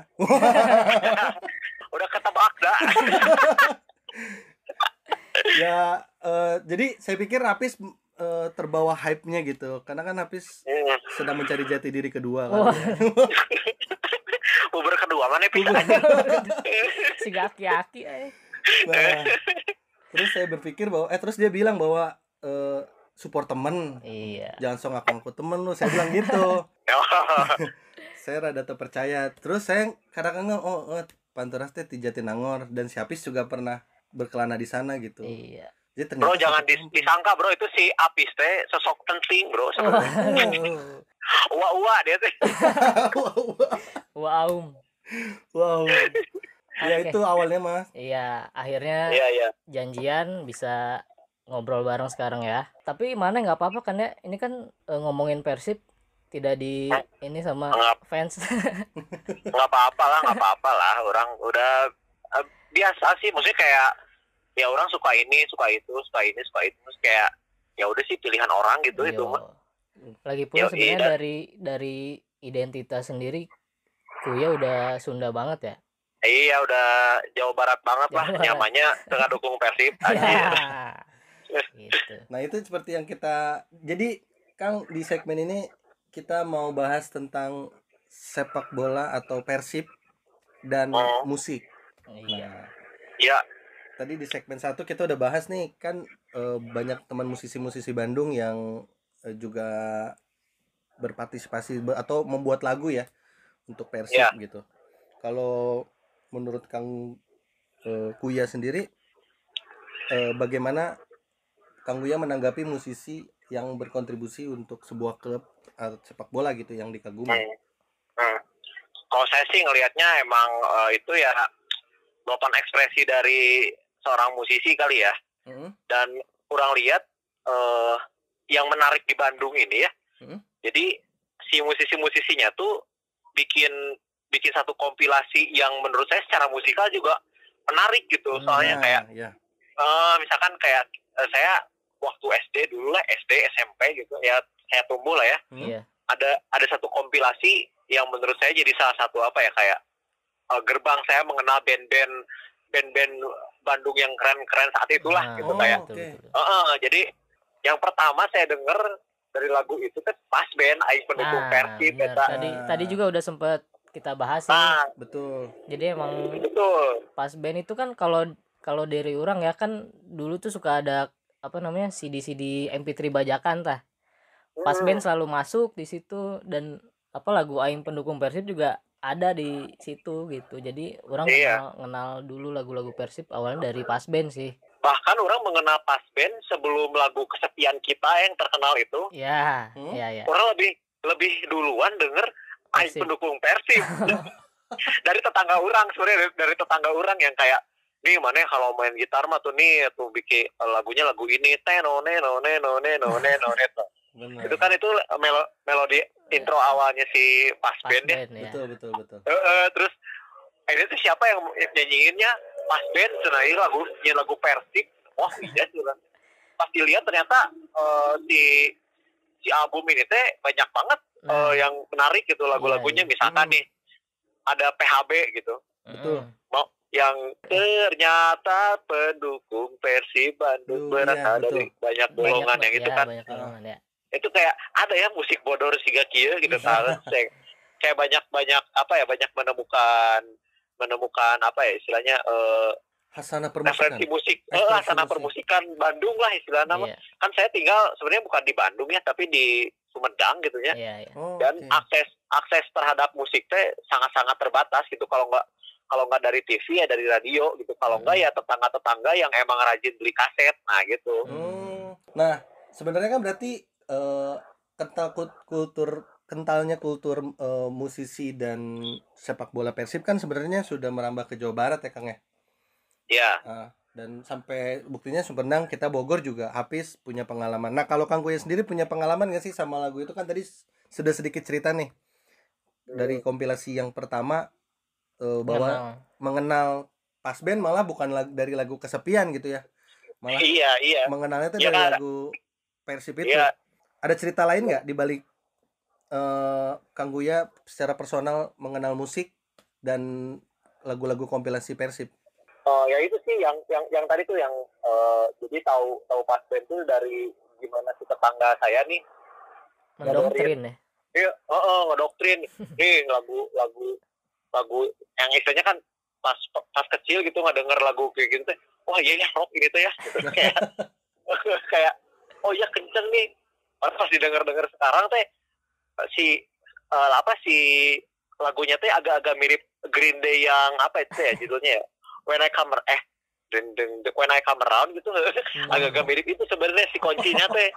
Udah ketebak dah. Ya, eh, jadi saya pikir Apis eh, terbawa hype-nya gitu. Karena kan Apis Hmm. sedang mencari jati diri kedua kan. Wah. ya. Uber kedua mana bisa? Si aki-aki eh. Nah, terus saya berpikir bahwa eh terus dia bilang bahwa eh, support temen, Iya. jangan sok ngaku-ngaku temen lu. Saya bilang gitu. Saya rada terpercaya. Terus saya kadang-kadang oh, oh Panturas teh di Jatinangor dan si Apis juga pernah berkelana di sana gitu. Iya. Jadi Bro ternyata jangan satu dis- kampung. disangka bro itu si Apis teh sosok penting bro. Oh. Uwa-uwa dia teh. Wow. Wow. Ya Oke. itu awalnya Mas. Iya, akhirnya Iya iya. janjian bisa ngobrol bareng sekarang ya. Tapi mana nggak apa-apa kan ya? Ini kan eh, ngomongin Persib tidak di ini sama Nggak fans. nggak apa-apa lah, nggak apa-apa lah. Orang udah eh, biasa sih, maksudnya kayak ya orang suka ini, suka itu, suka ini, suka itu, terus kayak ya udah sih pilihan orang gitu itu Yo. mah. Lagi pula Yo, sebenarnya iya. dari dari identitas sendiri Kuya udah Sunda banget ya. Iya udah Jawa Barat banget lah, Jawa Barat. nyamannya tengah dukung Persib aja. Ya. Gitu. Nah itu seperti yang kita jadi Kang di segmen ini kita mau bahas tentang sepak bola atau Persib dan Oh. musik. Iya. Nah, Iya, tadi di segmen satu kita udah bahas nih kan eh, banyak teman musisi-musisi Bandung yang eh, juga berpartisipasi be- atau membuat lagu ya untuk Persib Ya. gitu. Kalau menurut Kang eh, Kuya sendiri eh, bagaimana Kang Kuya menanggapi musisi yang berkontribusi untuk sebuah klub atlet sepak bola gitu yang dikagumi. Hmm. Hmm. Kalau saya sih ngelihatnya emang uh, itu ya luapan ekspresi dari seorang musisi kali ya. Mm-hmm. Dan kurang lihat uh, yang menarik di Bandung ini ya. Mm-hmm. Jadi si musisi-musisinya tuh bikin bikin satu kompilasi yang menurut saya secara musikal juga menarik gitu. Soalnya yeah, kayak yeah. Uh, misalkan kayak uh, saya waktu S D dulu lah, S D, S M P gitu ya, saya tumbuh lah ya. Iya. Ada ada satu kompilasi yang menurut saya jadi salah satu apa ya kayak uh, gerbang saya mengenal band-band band-band Bandung yang keren-keren saat itulah nah, gitu oh, kayak. Okay. Uh, uh, jadi yang pertama saya dengar dari lagu itu kan Pas Band Aing Pendukung Persib. Nah, tadi tadi juga udah sempet kita bahas sih. Nah, betul. Jadi emang betul. Pas Band itu kan kalau kalau dari orang ya kan dulu tuh suka ada apa namanya C D C D M P tiga bajakan tah. Pas Band selalu masuk di situ dan apa lagu Aing Pendukung Persib juga ada di situ gitu. Jadi orang iya. kenal, kenal dulu lagu-lagu Persib awalnya dari Pas Band sih. Bahkan orang mengenal Pas Band sebelum lagu Kesepian Kita yang terkenal itu. Iya, hmm? iya, iya. Orang lebih lebih duluan denger Aing Pendukung Persib. Dari tetangga orang, sebenarnya dari, dari tetangga orang yang kayak nih mana kalau main gitar mah tuh nih tuh bikin lagunya lagu ini tenone none none none none itu kan itu melo, melodi intro awalnya si Pas Band ya. Betul betul betul. Uh, uh, terus ini tuh siapa yang nyanyiinnya Pas Band senai lagu nyanyi lagu Persib. Wah iya tuh kan. Pas dilihat ternyata uh, si si album ini teh banyak banget nah. uh, yang menarik gitu lagu-lagunya. Iya, iya. Misalkan hmm. nih ada P H B gitu. Betul. Mau yang ternyata pendukung Persib Bandung berasal iya, dari banyak golongan yang itu ya, kan. Golongan, ya. Itu kayak ada ya musik bodor siga kieu gitu kan. Kayak banyak-banyak apa ya banyak menemukan menemukan apa ya istilahnya uh, Hasana permusikan. Referensi musik, eh, Hasana permusikan Bandung lah istilahnya. Iya. Kan saya tinggal sebenarnya bukan di Bandung ya, tapi di Sumedang gitu ya. Iya, iya. Oh, dan okay. akses akses terhadap musik teh sangat-sangat terbatas gitu kalau nggak kalau nggak dari T V ya dari radio gitu. Kalau nggak ya tetangga-tetangga yang emang rajin beli kaset, nah gitu. Hmm. Nah sebenarnya kan berarti uh, kental kultur kentalnya kultur uh, musisi dan sepak bola Persib kan sebenarnya sudah merambah ke Jawa Barat ya Kang ya. Iya. Uh, dan sampai buktinya Sumedang kita Bogor juga Hafiz punya pengalaman. Nah kalau Kang Kuya sendiri punya pengalaman nggak sih sama lagu itu kan tadi sudah sedikit cerita nih dari kompilasi yang pertama uh, bahwa mengenal. mengenal Pas Band malah bukan lagu, dari lagu Kesepian gitu ya. Malah iya, iya. mengenalnya itu ya, dari kan? lagu Persib itu. Iya. Ada cerita lain nggak di balik uh, Kang Kuya secara personal mengenal musik dan lagu-lagu kompilasi Persib? Oh ya itu sih yang yang yang tadi tuh yang uh, jadi tahu tahu Pas Band tuh dari gimana si tetangga saya nih mendoktrin ya. Iya, oh, oh ngedoktrin. Nih lagu lagu lagu yang istilahnya kan pas pas kecil gitu nggak denger lagu kayak gitu teh. Wah iya ya rock ini tuh ya. kayak kayak oh iya kenceng nih. Pas didengar-dengar sekarang teh si uh, apa si lagunya teh agak-agak mirip Green Day yang apa itu ya judulnya ya. When I Come eh deng, deng, deng, When I Come Around gitu hmm. agak-agak mirip itu sebenarnya si kuncinya teh.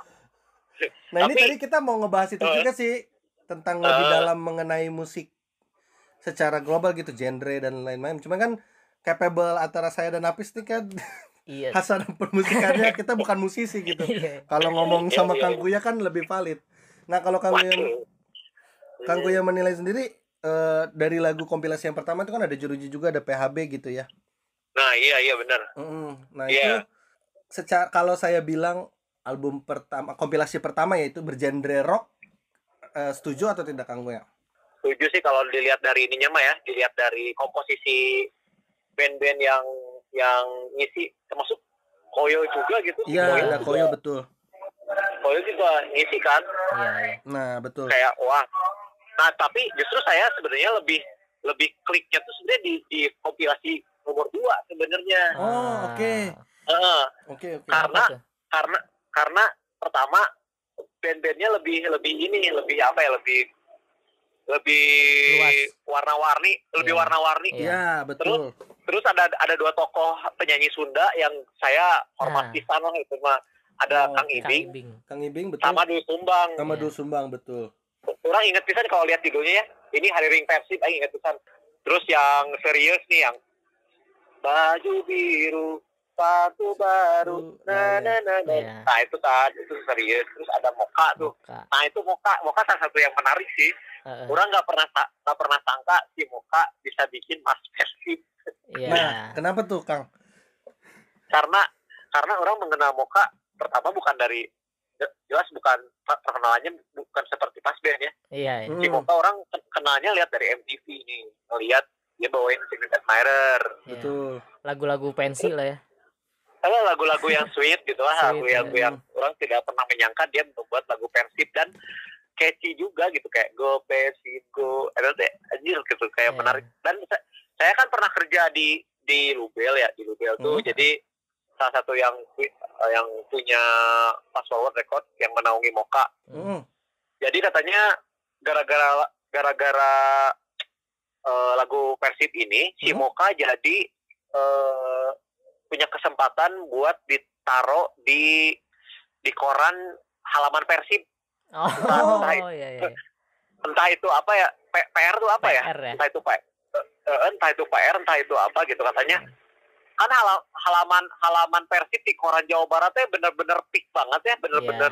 Nah tapi, ini tadi kita mau ngebahas itu uh, juga sih tentang uh, lebih dalam mengenai musik secara global gitu genre dan lain-lain. Cuma kan capable antara saya dan Apis nih kan iya. Hasan permusikannya kita bukan musisi gitu. Kalau ngomong sama Kang Kuya kan lebih valid. Nah kalau Kang Kuya Kang Kuya menilai sendiri uh, dari lagu kompilasi yang pertama itu kan ada Jeruji juga ada P H B gitu ya. Nah iya iya benar. Mm-hmm. Nah yeah. itu secara kalau saya bilang album pertama kompilasi pertama yaitu bergenre rock, uh, setuju atau tidak Kang Kuya? Setuju sih kalau dilihat dari ininya mah ya, dilihat dari komposisi band-band yang yang ngisi termasuk Koyo juga gitu. Iya ada Koyo betul. Koyo juga ngisi kan. Iya. iya. Nah betul. Kayak wah. Nah tapi justru saya sebenarnya lebih lebih kliknya tuh sebenarnya di, di kompilasi nomor dua sebenarnya. Oh, oke. Okay. Uh, oke, okay, oke. Okay. Karena karena karena pertama band-bandnya lebih lebih ini, lebih apa ya, lebih lebih luas. warna-warni, lebih yeah. warna-warni. Iya, yeah, betul. Terus terus ada ada dua tokoh penyanyi Sunda yang saya hormat pisan lah itu mah. Ada oh, Kang Ibing, Kang Ibing betul. Sama Dul Sumbang. Sama yeah. Dul Sumbang betul. orang inget pisan kalau lihat judulnya ya, ini Hari Ring Persib, aing inget pisan. Terus yang serius nih yang baju biru, sepatu baru, nah nah nah nah. Iya. Nah itu kan, itu serius. Terus ada Moka tuh. Moka. Nah itu Moka, Moka salah satu yang menarik sih. Uh-uh. Orang nggak pernah nggak pernah sangka si Moka bisa bikin Mas Persib. Iya. Nah, kenapa tuh, Kang? Karena karena orang mengenal Moka pertama bukan dari jelas bukan perkenalannya bukan seperti pas band ya. Iya. Iya. Si Moka orang kenalnya lihat dari M T V nih, ngelihat dia bawain Secret Admirer. Iya. Betul. Lagu-lagu pensi lah ya. Kalau lagu-lagu yang sweet gitu lah, Sweet, lagu-lagu ya. yang orang tidak pernah menyangka dia membuat lagu Persib dan catchy juga gitu kayak Go Persib Go, ada teh anjir gitu kayak Iya. menarik. Dan sa- saya kan pernah kerja di di Lubel ya, di Lubel tuh Hmm. jadi salah satu yang yang punya Fast Forward Record yang menaungi Moka. Hmm. Jadi katanya gara-gara gara-gara eh, lagu Persib ini si Hmm. Moka jadi eh, punya kesempatan buat ditaruh di di koran halaman Persib. Oh, Entah- iya iya. Entah itu apa ya, P- PR itu apa ya? P R ya? Entah itu P eh, entah itu P R, entah itu apa gitu katanya. Kan hala- halaman halaman Persib di koran Jawa Baratnya bener-bener peak banget ya, bener-bener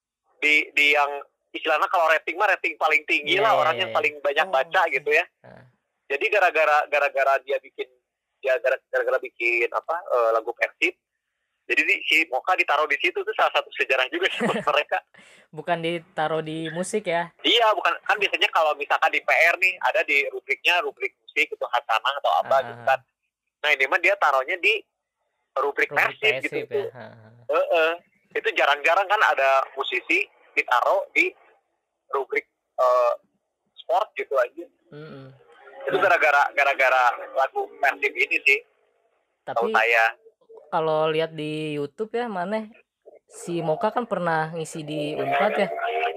di di yang istilahnya kalau rating mah rating paling tinggi Iya, lah, iya, orang iya, yang iya. paling banyak Oh. baca gitu ya. Nah. Jadi gara-gara gara-gara dia bikin dia gara- gara-gara bikin apa eh, lagu Persib. Jadi di- si Moka ditaruh di situ tuh salah satu sejarah juga sih buat mereka. Bukan ditaruh di musik ya. Iya, bukan kan biasanya kalau misalkan di P R nih ada di rubriknya rubrik musik itu Hasanah atau apa Ah, gitu ah, kan. Nah, ini mah dia taruhnya di rubrik, Rubrik Persib gitu. Persib Itu, ya. Ha, ha. eh, eh. Itu jarang-jarang kan ada musisi ditaruh di rubrik eh, sport gitu aja. Mm-mm. Itu gara-gara gara-gara lagu Persib ini sih. Tahu Tapi saya. kalau lihat di YouTube ya, mana si Moka kan pernah ngisi di Unpad ya.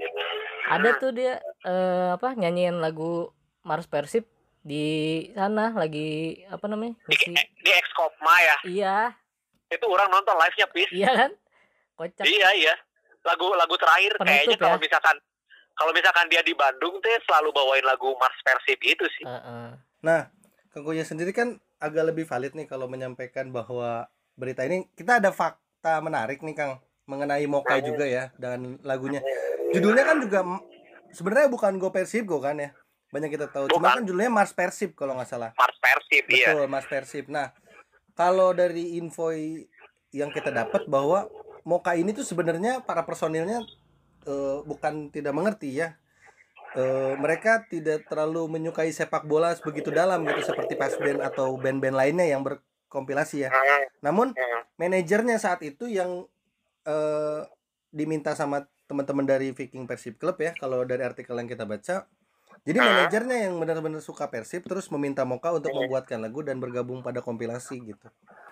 Ada tuh dia eh, apa nyanyiin lagu Mars Persib di sana lagi apa namanya? Di, Ngisi. di Excopma ya. Iya, Itu orang nonton live-nya Pis. iya kan? Kocak. Iya, iya. Lagu-lagu terakhir Penutup kayaknya kalau ya? misalkan kalau misalkan dia di Bandung tuh selalu bawain lagu Mars Persib itu sih. Heeh. Nah, Kang Kuya sendiri kan agak lebih valid nih kalau menyampaikan bahwa berita ini kita ada fakta menarik nih Kang mengenai Moka juga ya dan lagunya. Judulnya kan juga m- sebenarnya bukan Go Persib Go kan ya. Banyak kita tahu. Cuma Bukan. kan judulnya Mars Persib kalau nggak salah. Mars Persib, iya. Betul, Mars Persib. Nah, kalau dari info yang kita dapat bahwa Moka ini tuh sebenarnya para personilnya eh, bukan tidak mengerti ya. Eh, mereka tidak terlalu menyukai sepak bola begitu dalam gitu seperti pas band atau band-band lainnya yang berkompilasi ya. Hmm, Namun hmm. manajernya saat itu yang eh, diminta sama teman-teman dari Viking Persib Club ya, kalau dari artikel yang kita baca. Jadi manajernya yang benar-benar suka Persib terus meminta Moka untuk membuatkan lagu dan bergabung pada kompilasi gitu.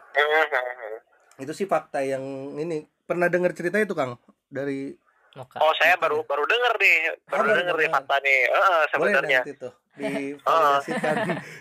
Itu sih fakta yang ini. Pernah dengar cerita itu Kang dari Moka. Oh, saya baru baru dengar nih, baru baru dengar nih dengar. fakta nih. Heeh, boleh sebenarnya. nanti tuh divalidasikan.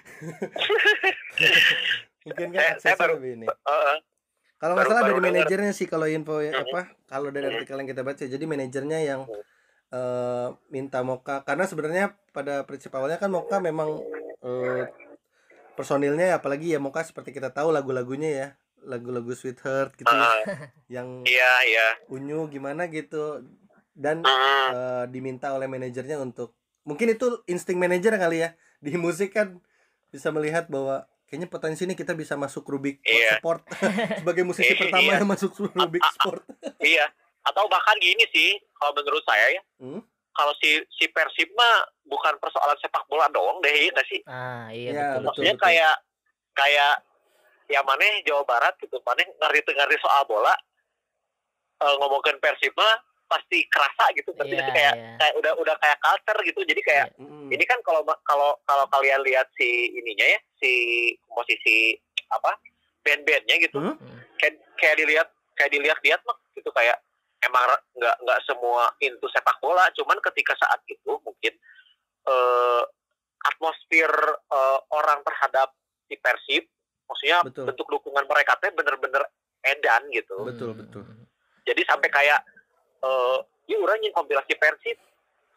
Mungkin kan Saya- saya aksesnya baru- lebih ini. Heeh. Kalau nggak baru- salah baru dari dengar. manajernya sih kalau info ya, Mhm. apa kalau dari artikel yang kita baca jadi manajernya yang eh, minta Moka karena sebenarnya pada prinsip awalnya kan Moka memang eh, personilnya apalagi ya Moka seperti kita tahu lagu-lagunya ya lagu-lagu Sweetheart gitu ya, Heeh. yang Iya, iya. unyu gimana gitu dan Hmm. eh, diminta oleh manajernya untuk mungkin itu insting manajer kali ya di musik kan bisa melihat bahwa kayaknya potensi ini kita bisa masuk Rubik Iya. Sport sebagai musisi Iya. pertama yang masuk Rubik Sport. Iya. Atau bahkan gini sih, kalau menurut saya ya, Hmm? kalau si si Persib mah bukan persoalan sepak bola doang deh, ya nggak sih? Ah, iya Ya, betul. Maksudnya betul. kayak kayak ya mana Jawa Barat gitu, mana ngerti-ngerti soal bola, eh, ngomongin Persib mah pasti kerasa gitu, ngerti nggak sih? Iya, kayak iya. kayak udah udah kayak culture gitu, jadi kayak Mm-mm. ini kan kalau kalau kalau kalian lihat si ininya ya, si komposisi apa band-bandnya gitu, Hmm? Hmm. kayak kayak dilihat kayak dilihat-lihat mah gitu kayak emang ra- nggak nggak semua into sepak bola, cuman ketika saat itu mungkin eh, atmosfer eh, orang terhadap si Persib, maksudnya Betul. bentuk dukungan mereka teh bener-bener edan gitu. Betul, betul. Jadi sampai kayak eh ya orang yang kompilasi Persib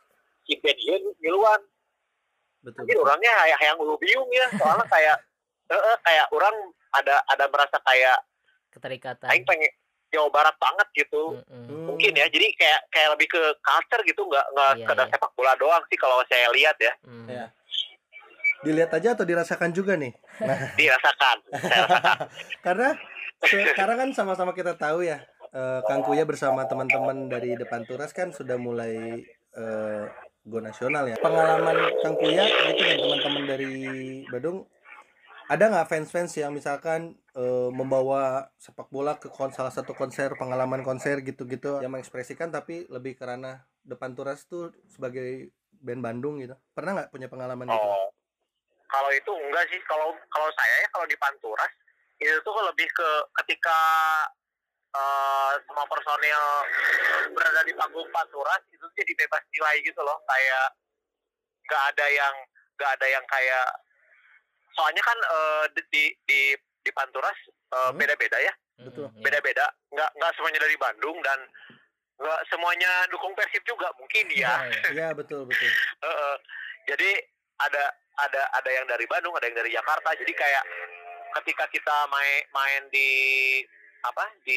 si Bedian ngiluan. Betul. Jadi orangnya kayak yang ulu biung ya, soalnya kayak eh eh, kayak orang ada ada merasa kayak keterikatan. aing pengen Jawa Barat banget gitu. Mm-mm. Mungkin ya. Jadi kayak kayak lebih ke culture gitu, nggak nggak Iya, sekedar iya. sepak bola doang sih kalau saya lihat ya. Mm. Ya. Dilihat aja atau dirasakan juga nih? Nah, Dirasakan. Saya rasakan. karena sekarang kan sama-sama kita tahu ya, eh, Kang Kuya bersama teman-teman dari Depan Turas kan sudah mulai eh, go nasional ya. Pengalaman Kang Kuya gitu dan teman-teman dari Badung, ada nggak fans-fans yang misalkan eh, membawa sepak bola ke kon- salah satu konser, pengalaman konser gitu-gitu yang mengekspresikan tapi lebih karena Depan Turas tuh sebagai band Bandung gitu. Pernah nggak punya pengalaman gitu? Oh, kalau itu enggak sih. Kalau kalau saya ya kalau di Panturas itu tuh lebih ke ketika eh, semua personil berada di panggung Panturas itu jadi bebas nilai gitu loh. Kayak nggak ada yang nggak ada yang kayak soalnya kan eh, di di di, di Panturas eh, Hmm. beda-beda ya, Betul. Mm-mm, iya. beda-beda. Nggak nggak semuanya dari Bandung dan nggak semuanya dukung Persib juga mungkin Oh, ya. iya. Iya betul betul. Heeh. Jadi ada ada ada yang dari Bandung, ada yang dari Jakarta. Jadi kayak ketika kita main main di apa di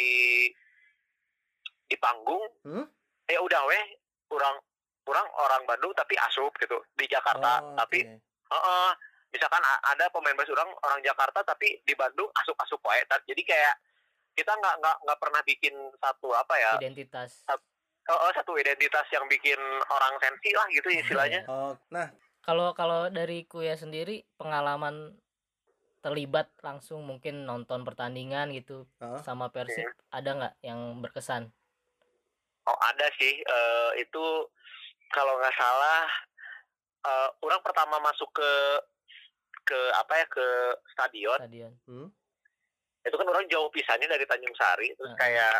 di panggung, Hmm? ya udah weh, kurang kurang orang Bandung tapi asup gitu di Jakarta. Oh, Tapi oke. heeh, misalkan a- ada pemain bass orang orang Jakarta tapi di Bandung asup-asup wae. Ta- Jadi kayak kita nggak nggak nggak pernah bikin satu apa ya, Identitas. heeh, satu identitas yang bikin orang sensi lah gitu istilahnya. Oh, nah, Kalau kalau dari Kuya sendiri pengalaman terlibat langsung mungkin nonton pertandingan gitu Heeh. sama Persib ada nggak yang berkesan? Oh ada sih, eh, itu kalau nggak salah eh, orang pertama masuk ke ke apa ya ke stadion Stadion. hmm? itu kan orang jauh pisannya dari Tanjung Sari, terus Heeh. kayak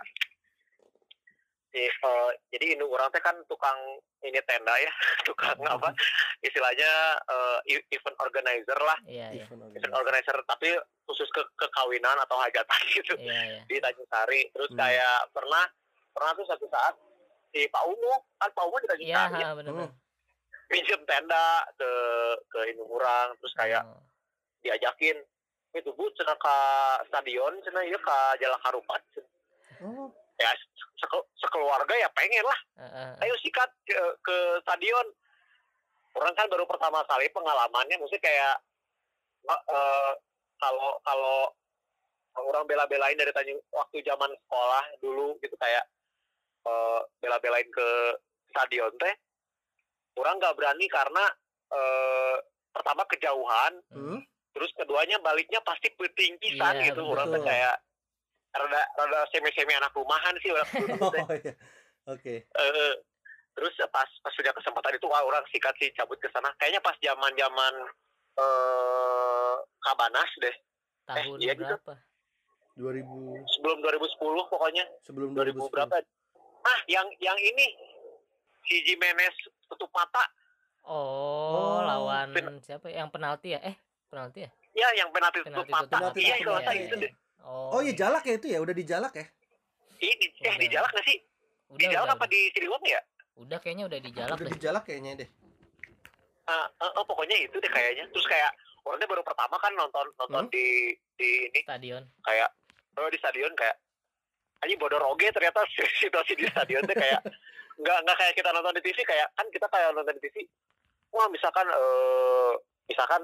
si, eh, jadi induk orang teh kan tukang ini tenda ya, tukang apa istilahnya eh, e- event organizer lah, Iya, iya. Event event organizer. organizer tapi khusus ke kekawinan atau hajatan gitu Iya, iya. di Tanjung Sari. Terus Hmm. kayak pernah pernah tuh satu saat si Pak Umu kan Pak Umu di Tanjung Iya, Sari ya, ha, benar. Hmm. pinjem tenda ke ke induk orang, terus kayak Oh, diajakin itu bu cenah ke stadion cenah ieu ka Jalan Harupat. Oh, Ya seke- sekeluarga ya pengen lah, heeh. ayo sikat ke, ke stadion. Orang kan baru pertama kali pengalamannya, mesti kayak eh, eh, kalau kalau orang bela-belain dari Tanjung waktu zaman sekolah dulu gitu kayak eh, bela-belain ke stadion teh, orang nggak berani karena eh, pertama kejauhan, hmm? terus keduanya baliknya pasti peting pisan Iya, gitu. betul. Orang tuh kayak rada rada semi-semi anak rumahan sih orang dulu teh. Oh iya. Oke. Eh, terus pas pas punya kesempatan itu wah orang sikat sih cabut ke sana. Kayaknya pas zaman-zaman eh Kabanas deh. Tahun iya gitu. berapa? dua ribu Sebelum dua ribu sepuluh pokoknya. sebelum dua ribu dua ribu sepuluh. berapa? Ah, yang yang ini si Jimenez tutup mata. Oh, Oh, lawan pen- siapa? Yang penalti ya? Eh, penalti ya? Ya, yang penalti tutup Penalti tutup mata. Penalti Iya, tutup kalau mata, saya iya, itu iya. deh. Oh, Oh iya, jalak ya itu ya, udah dijalak ya? Ih, di, eh Udah. di Jalak nggak sih? Di udah, Jalak udah, apa udah. di Ciliwung ya? Udah kayaknya udah dijalak Udah deh. dijalak kayaknya deh. Ah, eh, eh, pokoknya itu deh kayaknya. Terus kayak orangnya baru pertama kan nonton nonton Hmm? di di ini Stadion. kayak oh, di stadion kayak anjing bodoh roge ternyata situasi di stadion tuh kayak nggak nggak kayak kita nonton di T V. Kayak kan kita kayak nonton di T V, wah misalkan eh misalkan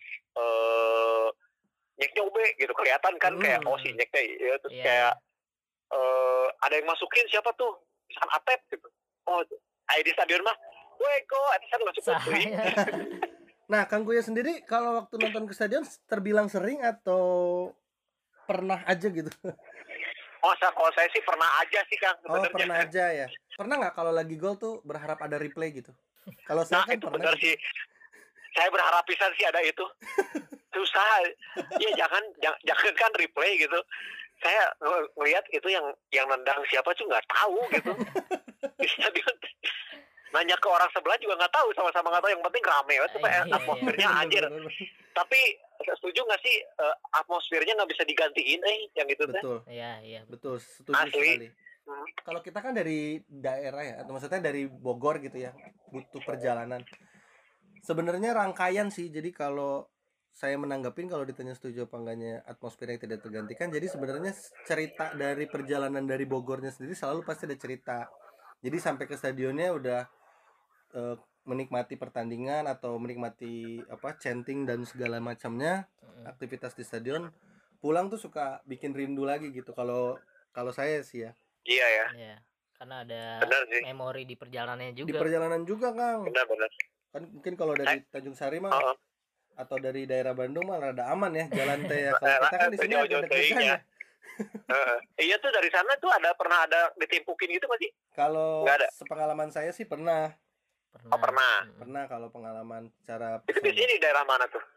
eh nyek nyobe gitu kelihatan kan Hmm. kayak oh si nyek teh ya, terus Iya. kayak eh ada yang masukin siapa tuh misalkan Atep gitu, oh ayo di stadion mah wego itu kan masuk Saya. Nah, Kang Kuya sendiri kalau waktu nonton ke stadion terbilang sering atau pernah aja gitu? oh saya kalau saya sih pernah aja sih Kang Oh, sebenarnya. pernah aja ya. Pernah nggak kalau lagi gol tuh berharap ada replay gitu? Kalau saya Nah kan itu pernah. benar gitu. sih, saya berharap pisan sih ada itu. Susah ya, jangan jangan, jangan kan replay gitu. Saya ng- ngelihat itu yang yang nendang siapa tuh nggak tahu gitu. Di stadion nanya ke orang sebelah juga nggak tahu, sama-sama nggak tahu, yang penting rame itu Iya, iya, atmosfernya Bener, anjir. bener, bener. Tapi setuju nggak sih eh, atmosfernya nggak bisa digantiin eh yang gitu teh. Betul, Iya, iya. betul, setuju Asli. sekali. Hmm. Kalau kita kan dari daerah ya, atau maksudnya dari Bogor gitu ya, butuh perjalanan. Sebenarnya rangkaian sih. Jadi kalau saya menanggapin, kalau ditanya setuju apa enggaknya atmosfer yang tidak tergantikan, jadi sebenarnya cerita dari perjalanan dari Bogornya sendiri selalu pasti ada cerita. Jadi sampai ke stadionnya udah eh, menikmati pertandingan atau menikmati apa chanting dan segala macamnya, aktivitas di stadion, pulang tuh suka bikin rindu lagi gitu. Kalau kalau saya sih ya. Iya ya. Iya, karena ada Benar sih. memori di perjalanannya Di juga. perjalanan juga, Kang. Benar-benar. Kan mungkin kalau dari Tanjung Sari mah Oh, atau dari daerah Bandung mah rada aman ya jalan teh ya. Kalau Nah, kita kan di sini agak jauh-jauh deg-degan teuing ya. ya. Heeh. Iya tuh dari sana tuh ada pernah ada ditimpukin gitu nggak sih? Kalau Nggak ada. sepengalaman saya sih pernah. Pernah. Oh, pernah. Mm-mm. Pernah kalau pengalaman cara Itu di sini daerah mana tuh?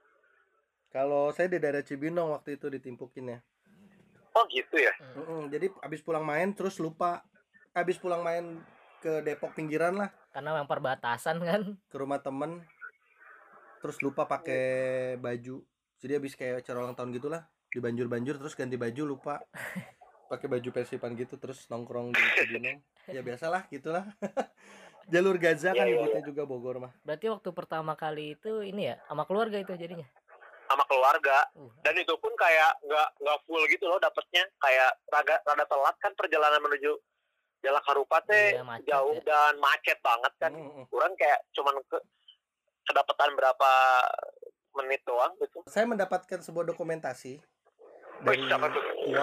Kalau saya di daerah Cibinong waktu itu ditimpukin ya. Oh gitu ya. Mm-mm, jadi abis pulang main terus lupa. Abis pulang main ke Depok pinggiran lah, Karena yang perbatasan kan. ke rumah temen, terus lupa pakai baju. Jadi abis kayak acara ulang tahun gitulah, dibanjur-banjur terus ganti baju lupa. Pakai baju Persipan gitu terus nongkrong di Cibinong. Ya biasalah gitulah. Jalur Gaza kan Iya, iya, nyebutnya juga Bogor mah. Berarti waktu pertama kali itu ini ya sama keluarga itu jadinya. Sama keluarga. Uh, Dan itu pun kayak nggak nggak full gitu loh dapetnya. Kayak rada rada telat kan perjalanan menuju Jalak Harupat teh Iya, macet jauh ya. dan macet banget kan. Mm-mm. Kurang kayak cuman ke kedapatan berapa menit doang gitu. Saya mendapatkan sebuah dokumentasi dari Wih, siapa tuh? Tua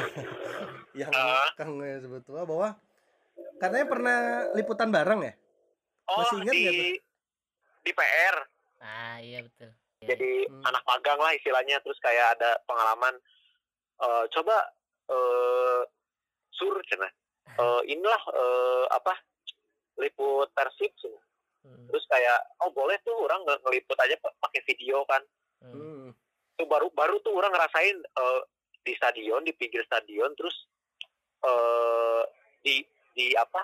yang Ah. Kang sebut Tua bahwa katanya pernah liputan bareng ya. Oh Masih ingat nggak tuh? di di P R. ah iya betul. Iya, Jadi Hmm. anak magang lah istilahnya. Terus kayak ada pengalaman. eh, coba eh sur cina. Eh, inilah eh, apa liput Persib cina. Hmm. Terus kayak oh boleh tuh orang nge- ngeliput aja pa- pakai video kan. Hmm. Hmm. Itu baru baru tuh orang ngerasain eh, di stadion, di pinggir stadion, terus eh di di apa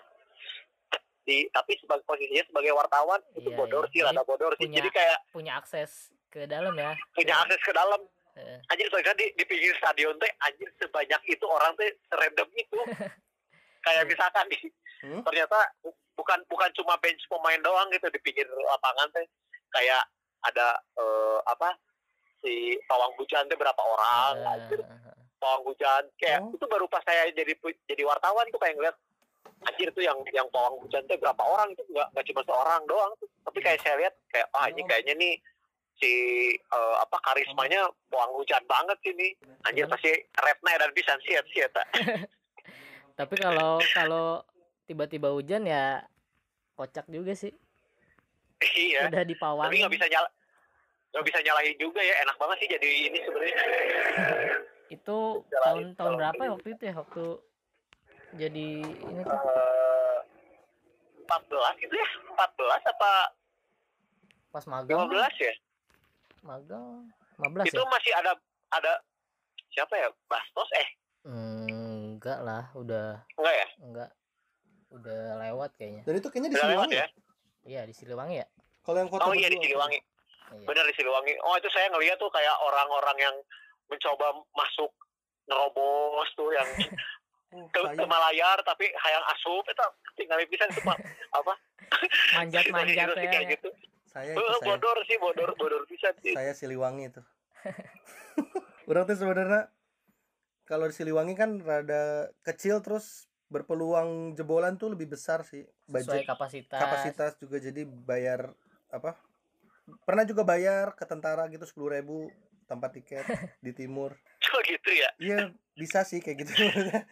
di tapi sebagai posisinya sebagai wartawan itu Iya, bodor iya. sih, Jadi rada bodor sih. punya- Jadi kayak Punya akses ke dalam ya. punya akses ke dalam. Eh, Anjir soalnya di, di pinggir stadion teh anjir sebanyak itu orang teh serandom itu. Kayak misalkan di Hmm? ternyata bu- bukan bukan cuma bench pemain doang gitu di pinggir lapangan teh. Kayak ada eh, apa si pawang hujan teh berapa orang, eh, anjir eh, pawang hujan kayak Oh. itu baru pas saya jadi pu- jadi wartawan tuh kayak ngeliat anjir tuh yang yang pawang hujan teh berapa orang itu nggak nggak cuma seorang doang tuh. Tapi kayak saya lihat kayak ah ini Oh. kayaknya nih si eh, apa karismanya pawang hujan banget sih nih. Anjir pasti rapnya dan bisa sih sih eta. Tapi kalau kalau tiba-tiba hujan ya kocak juga sih. Iya. Udah dipawang. Tapi nggak bisa nyala nggak bisa nyalahin juga ya, enak banget sih jadi ini sebenarnya. Itu Nyalahin tahun tahun kalau- berapa ya waktu itu ya waktu jadi ini tuh Eh, empat belas gitu ya, empat belas apa pas lima magang. belas ya? Magang lima belas Itu ya? masih ada ada siapa ya? Bastos eh Hmm, enggak lah, udah enggak ya? enggak. Udah lewat kayaknya. Dan itu kayaknya di Udah lewat Siliwangi ya? ya. Iya, di Siliwangi ya? Kalau yang foto Oh iya di berdua. Siliwangi. Iya. Benar di Siliwangi. Oh itu saya ngeliat tuh kayak orang-orang yang mencoba masuk nerobos tuh yang Oh, ke, saya ke Malayar tapi hayang asup itu tinggal bisa itu Pak. apa? Manjat-manjat Situasi ya. kayak gitu. saya Eh, itu saya. bodor sih, bodor bodor bisa sih. Saya Siliwangi itu. Orang tuh sebenarnya kalau di Siliwangi kan rada kecil terus berpeluang jebolan tuh lebih besar sih. Sesuai Budget kapasitas. kapasitas juga, jadi bayar apa? Pernah juga bayar ke tentara gitu sepuluh ribu tempat tiket di timur. Oh gitu ya. Iya bisa sih kayak gitu.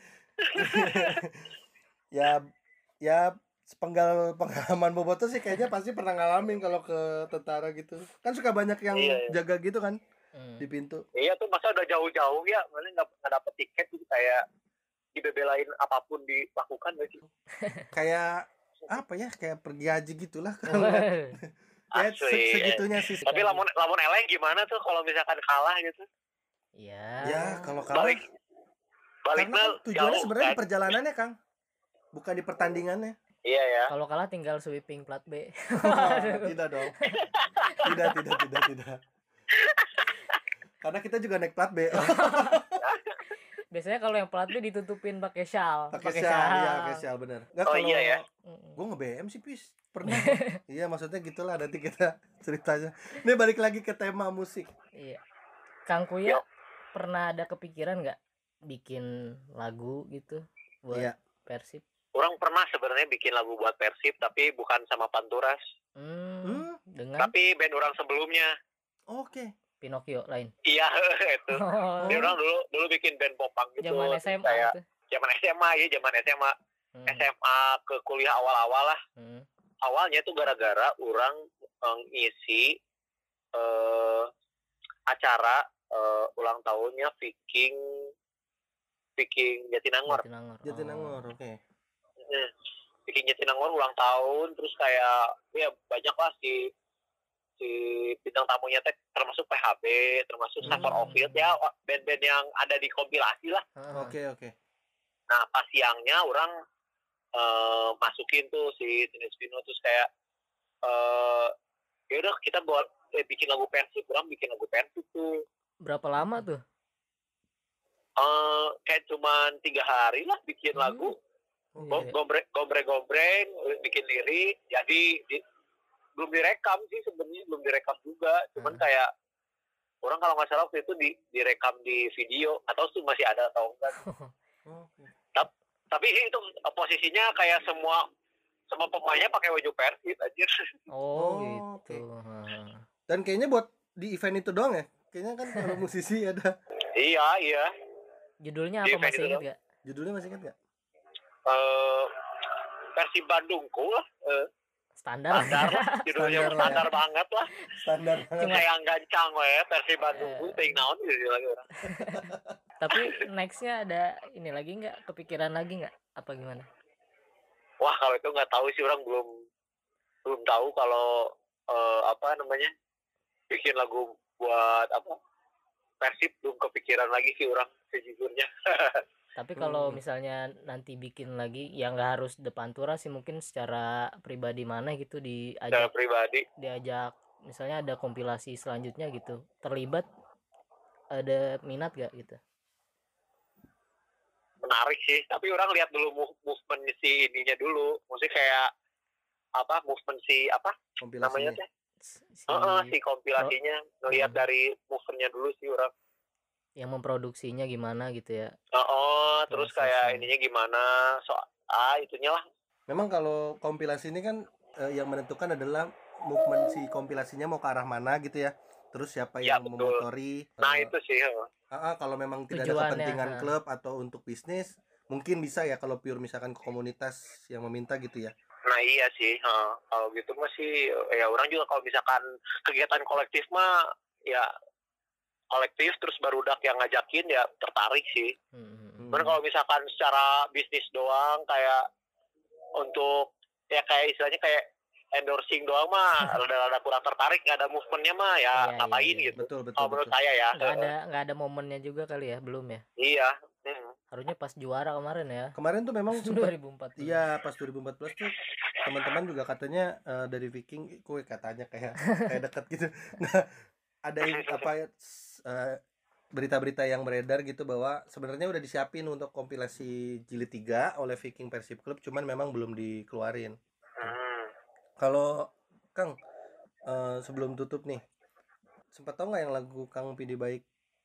ya ya sepenggal pengalaman bobotoh sih kayaknya pasti pernah ngalamin kalau ke tentara gitu. Kan suka banyak yang Iya, iya. jaga gitu kan Hmm. di pintu. Iya tuh masa udah jauh-jauh ya, mana nggak nggak dapet tiket gitu kayak dibebelain apapun dilakukan nggak sih? Kayak apa ya, kayak pergi haji gitulah Oh, kalau ya se- Asli. segitunya sih. Tapi lamun lamun eleng gimana tuh kalau misalkan kalah gitu? Iya. Ya kalau kalah Balik balik karena kan tujuannya jauh sebenarnya di kan? perjalanannya Kang, bukan di pertandingannya. Iya ya. Kalau kalah tinggal sweeping plat B. Tidak dong. Tidak, tidak, tidak, tidak. Karena kita juga naik plat B. B Biasanya kalau yang pelatih ditutupin pakai shawl. Pakai shawl, iya pakai shawl bener. Nggak, Oh, kalau iya ya. gue nge-B M sih Pis pernah. Iya maksudnya gitulah, nanti kita ceritanya. Ini balik lagi ke tema musik. Iya. Kang Kuya pernah ada kepikiran nggak bikin lagu gitu buat Iya. Persib? Orang pernah sebenarnya bikin lagu buat Persib, tapi bukan sama Panturas. Hmm, Hmm? dengan Tapi band orang sebelumnya. Oke. Pinocchio lain. Iya, itu. Oh, Dia orang dulu dulu bikin band popang gitu. zaman S M A kayak gitu. zaman S M A ya, zaman S M A. Hmm. S M A ke kuliah awal-awal lah. Hmm. Awalnya tuh gara-gara orang ngisi eh, acara eh, ulang tahunnya Viking Viking Jatinangor. Jatinangor. Jatinangor, Oh. oke. Hmm. Viking Jatinangor ulang tahun, terus kayak ya banyak lah si si bintang tamunya teh termasuk P H B, termasuk Hmm. Suffer of Field ya, band-band yang ada di kompilasi lah. Heeh. Oke, oke. Nah pas siangnya orang eh, masukin tuh si Teenage Pino, terus kayak eh ya udah kita buat eh, bikin lagu Persib, orang bikin lagu Persib tuh Berapa lama tuh? eh kayak cuman tiga hari lah bikin Hmm. lagu, Iya. gombreng gombreng gombreng bikin lirik, jadi di, belum direkam sih sebenarnya, belum direkam juga, cuman Hmm. kayak orang kalau nggak salah waktu itu di direkam di video atau tuh masih ada atau enggak. Oke. Tapi sih itu eh, posisinya kayak semua semua pemainnya pakai baju Persib aja. Oh, Oh, gitu. oke. Heeh. Dan kayaknya buat di event itu doang ya? Kayaknya kan kalau musisi ada. Iya, iya. Judulnya Di apa, event masih itu ingat dong. gak? Judulnya masih ingat nggak? Eh Persib Bandungku lah. Eh, Standar. standar lah. Judulnya Standar lah ya. standar banget lah. Standar banget. Cuma- Kayak gancang we Persib Bandungku ting naon gitu lagi orang. Tapi nextnya ada ini lagi nggak? Kepikiran lagi nggak? Apa gimana? Wah, kalau itu nggak tahu sih, orang belum belum tahu kalau eh, apa namanya? Bikin lagu buat apa? Persib belum kepikiran lagi sih orang sejujurnya. Tapi kalau Hmm. misalnya nanti bikin lagi, ya nggak harus depan tura sih, mungkin secara pribadi mana gitu Secara diajak pribadi. diajak misalnya ada kompilasi selanjutnya gitu, terlibat, ada minat gak gitu? Menarik sih, tapi orang lihat dulu move- movement si ininya dulu, maksudnya kayak apa movement si apa namanya Kompilasinya. teh, Si Heeh, si kompilasinya ngelihat Hmm. dari movementnya dulu sih orang. yang memproduksinya gimana gitu ya? Oh, terus kayak Prosesnya. ininya gimana, so ah itunya lah. Memang kalau kompilasi ini kan eh, yang menentukan adalah movement si kompilasinya mau ke arah mana gitu ya. Terus siapa Ya, yang betul. memotori. Nah eh, itu sih. heeh. ah, ah, kalau memang tidak ada Tujuannya, kepentingan ah. klub atau untuk bisnis, mungkin bisa ya kalau pure misalkan ke komunitas yang meminta gitu ya. Nah iya sih, heeh. Kalau gitu mah sih ya orang juga kalau misalkan kegiatan kolektif mah ya kolektif terus barudak yang ngajakin ya tertarik sih. Hmm. Cuman kalau misalkan secara bisnis doang kayak untuk ya kayak istilahnya kayak endorsing doang mah rada-rada kurang tertarik, nggak ada movementnya mah ya Iya, ngapain iya, iya. gitu. Betul betul Kalau menurut betul. saya ya. Nggak ada nggak ada momennya juga kali ya, belum ya? Iya. Hmm. Harusnya pas juara kemarin ya. Kemarin tuh memang dua sempat ribu empat belas. iya pas dua ribu empat belas tuh teman-teman juga katanya eh, dari Viking, kue katanya kayak kayak dekat gitu. Nah, ada yang apa ya eh, berita-berita yang beredar gitu bahwa sebenarnya udah disiapin untuk kompilasi jilid tiga oleh Viking Persib Club, cuman memang belum dikeluarin. Hmm. Kalau Kang eh, sebelum tutup nih, sempat tahu nggak yang lagu Kang Pidi Baik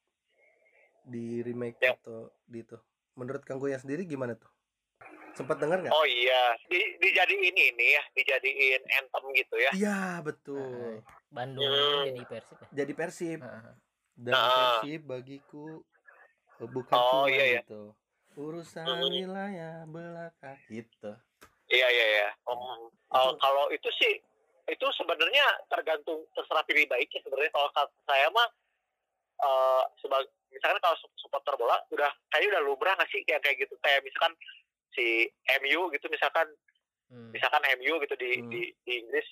di remake Ya. atau di itu? Menurut Kang Goya sendiri gimana tuh? Sempat dengar nggak? Oh iya, di, dijadiin ini ya, dijadiin anthem gitu ya. Iya betul. Bandung Hmm. jadi Persib ya. Jadi Persib Heeh. dan Ah. Persib bagiku eh, bukan Oh, cuma iya, iya. gitu. Urusan Hmm. wilayah belakang gitu. Iya iya iya. Om, Itu- oh, kalau itu sih itu sebenarnya tergantung terserah pilih baiknya sebenarnya. Kalau kata saya mah eh sebagai misalkan kalau su- supporter bola udah kayaknya udah lumrah nggak sih kayak kayak gitu, kayak misalkan si M U gitu, misalkan Hmm. misalkan M U gitu di Hmm. di, di Inggris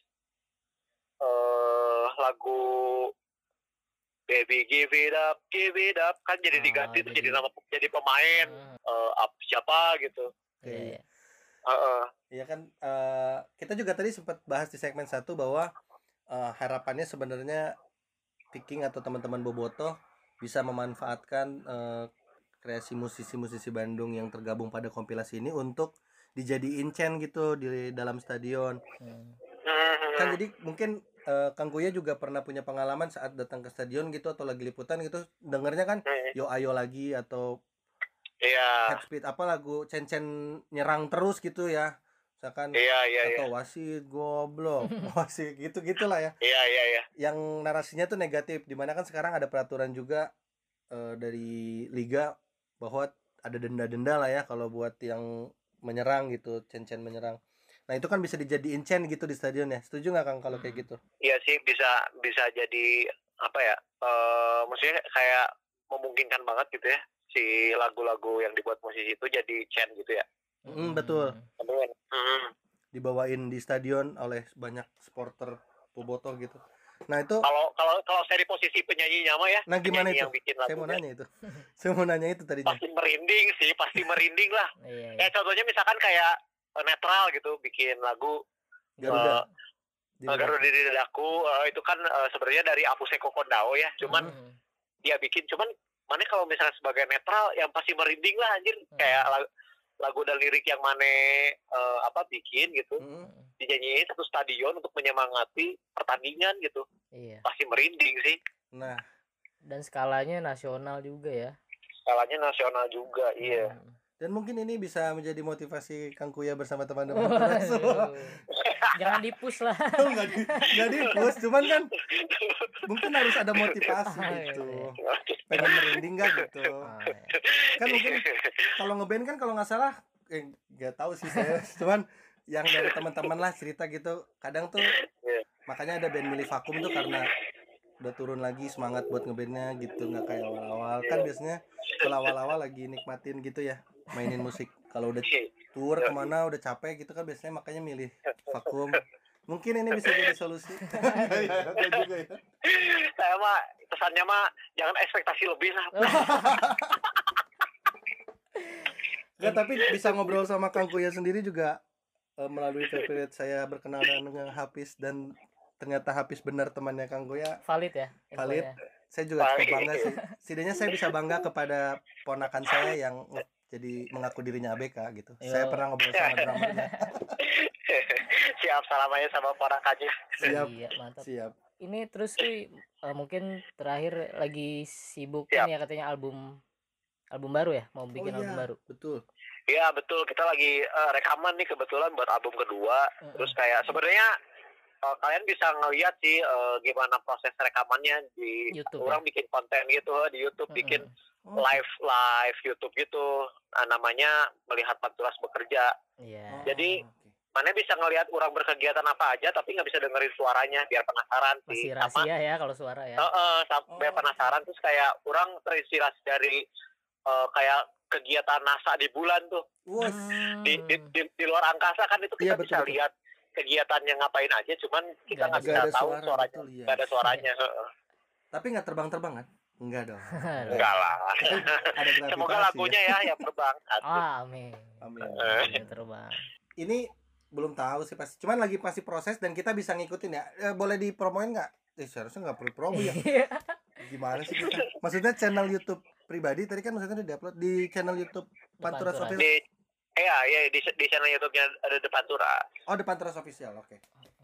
eh lagu Baby Give It Up Give It Up kan jadi Ah, diganti tuh jadi- jadi nama jadi pemain Ah, eh, up siapa gitu. iya, Iya. iya. Heeh. Iya kan eh, kita juga tadi sempat bahas di segmen satu bahwa eh, harapannya sebenarnya Viking atau teman-teman Bobotoh bisa memanfaatkan eh, kreasi musisi-musisi Bandung yang tergabung pada kompilasi ini untuk dijadiin chant gitu di dalam stadion. Hmm. Kan jadi mungkin uh, Kang Kuya juga pernah punya pengalaman saat datang ke stadion gitu atau lagi liputan gitu, dengernya kan Yo Ayo Lagi atau Iya. Head Speed apa lagu cen-cen nyerang terus gitu ya. Misalkan Iya, iya, atau iya. wasit goblok, wasit gitu-gitulah ya. Iya, iya, iya. Yang narasinya tuh negatif, dimana kan sekarang ada peraturan juga uh, dari liga bahwa ada denda-denda lah ya kalau buat yang menyerang gitu, cen-cen menyerang. Nah itu kan bisa dijadiin chant gitu di stadion ya. Setuju nggak Kang kalau kayak gitu? Iya sih, bisa bisa jadi apa ya? Eh, maksudnya kayak memungkinkan banget gitu ya si lagu-lagu yang dibuat musisi itu jadi chant gitu ya. Hmm, betul. Hmm. Dibawain di stadion oleh banyak supporter bobotoh gitu. Nah itu kalau kalau kalau saya di posisi penyanyinya mah ya, nah gimana itu? yang bikin Saya mau lagunya, nanya itu. Saya mau nanya itu tadinya. pasti merinding sih, pasti merinding lah. Iya, iya. Kayak contohnya misalkan kayak uh, netral gitu, bikin lagu Garuda. uh, Garuda di Dadaku, uh, itu kan uh, sebenarnya dari Apuseko Kondao ya, cuman Hmm. dia bikin, cuman mana kalau misalnya sebagai netral yang pasti merinding lah anjir. Hmm. Kayak lagu, lagu dan lirik yang mana uh, apa bikin gitu, Hmm. dinyanyiin satu stadion untuk menyemangati pertandingan gitu, Iya. pasti merinding sih. Nah, Dan skalanya nasional juga ya. Skalanya nasional juga, iya. Hmm. dan mungkin ini bisa menjadi motivasi Kang Kuya bersama teman-teman Waduh. Jangan dipush lah. Enggak di enggak di push, cuman kan mungkin harus ada motivasi gitu. Pengen merinding enggak gitu. Oh, iya. Kan mungkin kalau ngeband kan kalau nggak salah eh nggak tahu sih saya, cuman yang dari teman-teman lah cerita gitu. Kadang tuh makanya ada band milih vakum tuh karena udah turun lagi semangat buat ngebandnya gitu, nggak kayak awal-awal kan biasanya kalau awal-awal lagi nikmatin gitu ya mainin musik, kalau udah tour kemana udah capek gitu kan biasanya makanya milih vakum. Mungkin ini bisa jadi solusi. Enggak juga ya. Saya mah pesannya mah jangan ekspektasi lebih lah. Enggak, tapi bisa ngobrol sama Kang Kuya sendiri juga eh, melalui Vaporwave saya berkenalan dengan Hafiz dan ternyata Hafiz benar temannya Kang Kuya. Valid ya. Valid. infonya. Saya juga cukup bangga sih. Setidaknya saya bisa bangga kepada ponakan saya yang jadi mengaku dirinya A B K gitu. Yo. Saya pernah ngobrol sama drummernya. Siap, salamanya sama ponakannya. Siap. Iya, mantap. Siap. Ini terus Kuy, uh, mungkin terakhir lagi sibuk Siap. kan ya katanya album album baru ya, mau bikin Oh, album iya, baru. betul. Iya betul, kita lagi uh, rekaman nih kebetulan buat album kedua. Mm-mm. Terus kayak sebenarnya uh, kalian bisa ngeliat sih uh, gimana proses rekamannya di YouTube, orang bikin konten gitu di YouTube, Mm-mm. bikin Oh, live live YouTube gitu. Nah, namanya Melihat Panturas Bekerja. Iya. oh, Jadi, oke. Mana bisa ngelihat orang berkegiatan apa aja tapi nggak bisa dengerin suaranya biar penasaran sih. Masih Sama rahasia ya kalau suara ya. Heeh, sam- Oh. biar penasaran terus kayak orang terinspirasi dari eh, kayak kegiatan NASA di bulan tuh Wos. Hmm. di, di, di, di luar angkasa kan itu kita Iya, betul, bisa betul. lihat kegiatannya ngapain aja, cuman kita Nggak nggak ada bisa suara, tahu suaranya, betul, iya. nggak ada suaranya. Heeh. Tapi nggak terbang-terbang kan? Enggak dong. Enggak lah. Ada gravitasi. Semoga lagunya ya yang terbang. Ah, amin. Amin. Amin, terbang. Ini belum tahu sih pasti. Cuman lagi pasti proses dan kita bisa ngikutin ya. Eh, boleh dipromoin nggak? Eh, seharusnya nggak perlu promo ya. Gimana sih kita? Maksudnya channel YouTube pribadi tadi kan maksudnya udah diupload di channel YouTube Panturas Panturas. Official. Di Iya, iya di, di channel YouTube-nya ada Depan Tura. Oh, di Panturas Official. Oke.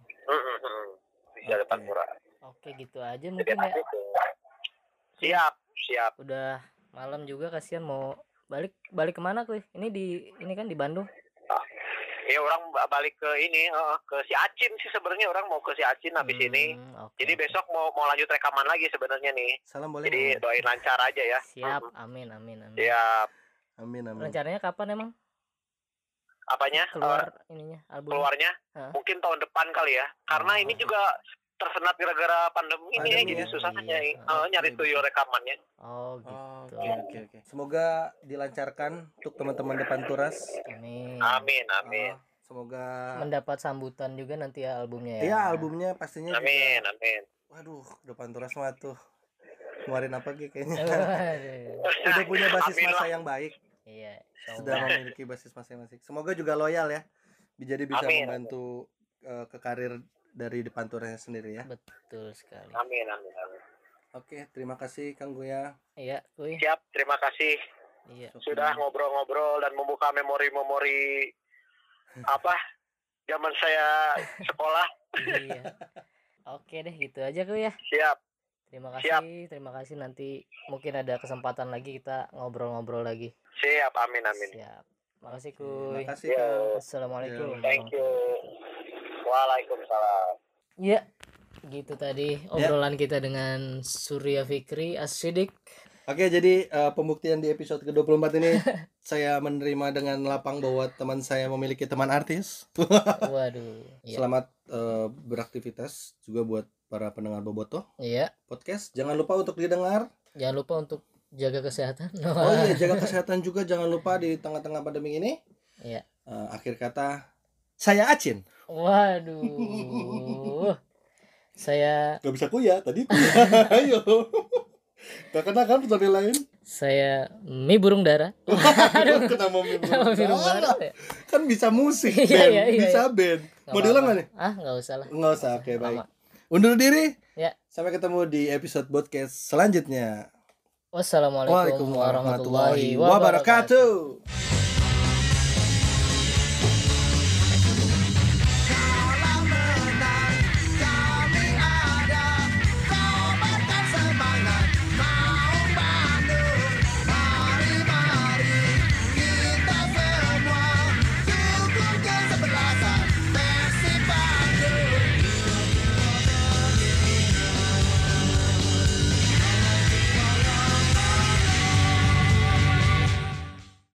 Bisa Oke. Depan Tura. Oke, gitu aja Jadi mungkin ya. gitu. Siap, siap. Udah malam juga, kasihan mau balik balik kemana Kuy? Ini di ini kan di Bandung. Ya orang ba- balik ke ini eh, ke si Acin sih sebenarnya, orang mau ke si Acin habis Hmm, ini. oke, Jadi oke. besok mau mau lanjut rekaman lagi sebenarnya nih. Salam boleh. Jadi nggak? doain lancar aja ya. Siap, Mhm. amin amin amin. Siap. Amin amin. Rencananya kapan emang Apanya? keluar Eh, ininya album? keluarnya Hah? mungkin tahun depan kali ya. Karena Oh. ini juga tersendat gara-gara pandemi, ini ya, Pandemi jadi ya? susah Iya. nyari Oh, eh, nyari iya, studio rekamannya. Oh, Oh, gitu. Oke oke oke. Semoga dilancarkan untuk teman-teman Depan Turas. Amin. Amin, amin. Ah, semoga Mendapat sambutan juga nanti ya albumnya ya. iya albumnya pastinya juga. Amin, amin. Waduh, Depan Turas mah tuh ngeluarin apa gitu kayaknya. Waduh. Udah punya basis Amin masa lah. yang baik, Iya, insya sudah Allah. memiliki basis masing-masing. Semoga juga loyal ya. Jadi bisa Amin. membantu eh, ke karir dari Depan Turasnya sendiri ya. Betul sekali. Amin, amin, amin. Oke, terima kasih Kang Guya. Iya, Kuy. Siap, terima kasih. Iya. Sudah ngobrol-ngobrol dan membuka memori-memori apa zaman saya sekolah. Iya. Oke deh, gitu aja Kuy ya. Siap. Terima kasih, Siap. terima kasih. Nanti mungkin ada kesempatan lagi kita ngobrol-ngobrol lagi. Siap, amin amin. Siap. Makasih Kuy. Makasih Yo. Kak. Assalamualaikum. Thank you. Waalaikumsalam. Ya, gitu tadi obrolan kita dengan Surya Fikri As-Siddiq. Oke, jadi uh, pembuktian di episode ke dua puluh empat ini saya menerima dengan lapang bahwa teman saya memiliki teman artis. Waduh. Ya. Selamat uh, beraktivitas juga buat para pendengar Bobotoh Iya. podcast. Jangan lupa untuk didengar. Jangan lupa untuk jaga kesehatan. Oh iya, jaga kesehatan juga, jangan lupa di tengah-tengah pandemi ini. Iya. Uh, akhir kata, saya Acin. Waduh. Saya Gak bisa kuya tadi. Ayo. Gak kena kan personil lain? saya Mi Burung Dara. Kenapa Mi Burung Burung Dara? Dara ya? Kan bisa musik, Iya, band. iya, iya, Bisa iya. band. Nggak Mau diulang apa-apa. gak nih? Ah, nggak usah lah. Nggak usah, oke baik. Lama. Undur diri. Ya. Sampai ketemu di episode podcast selanjutnya. Wassalamualaikum Waalaikumsalam warahmatullahi warahmatullahi wabarakatuh. wabarakatuh.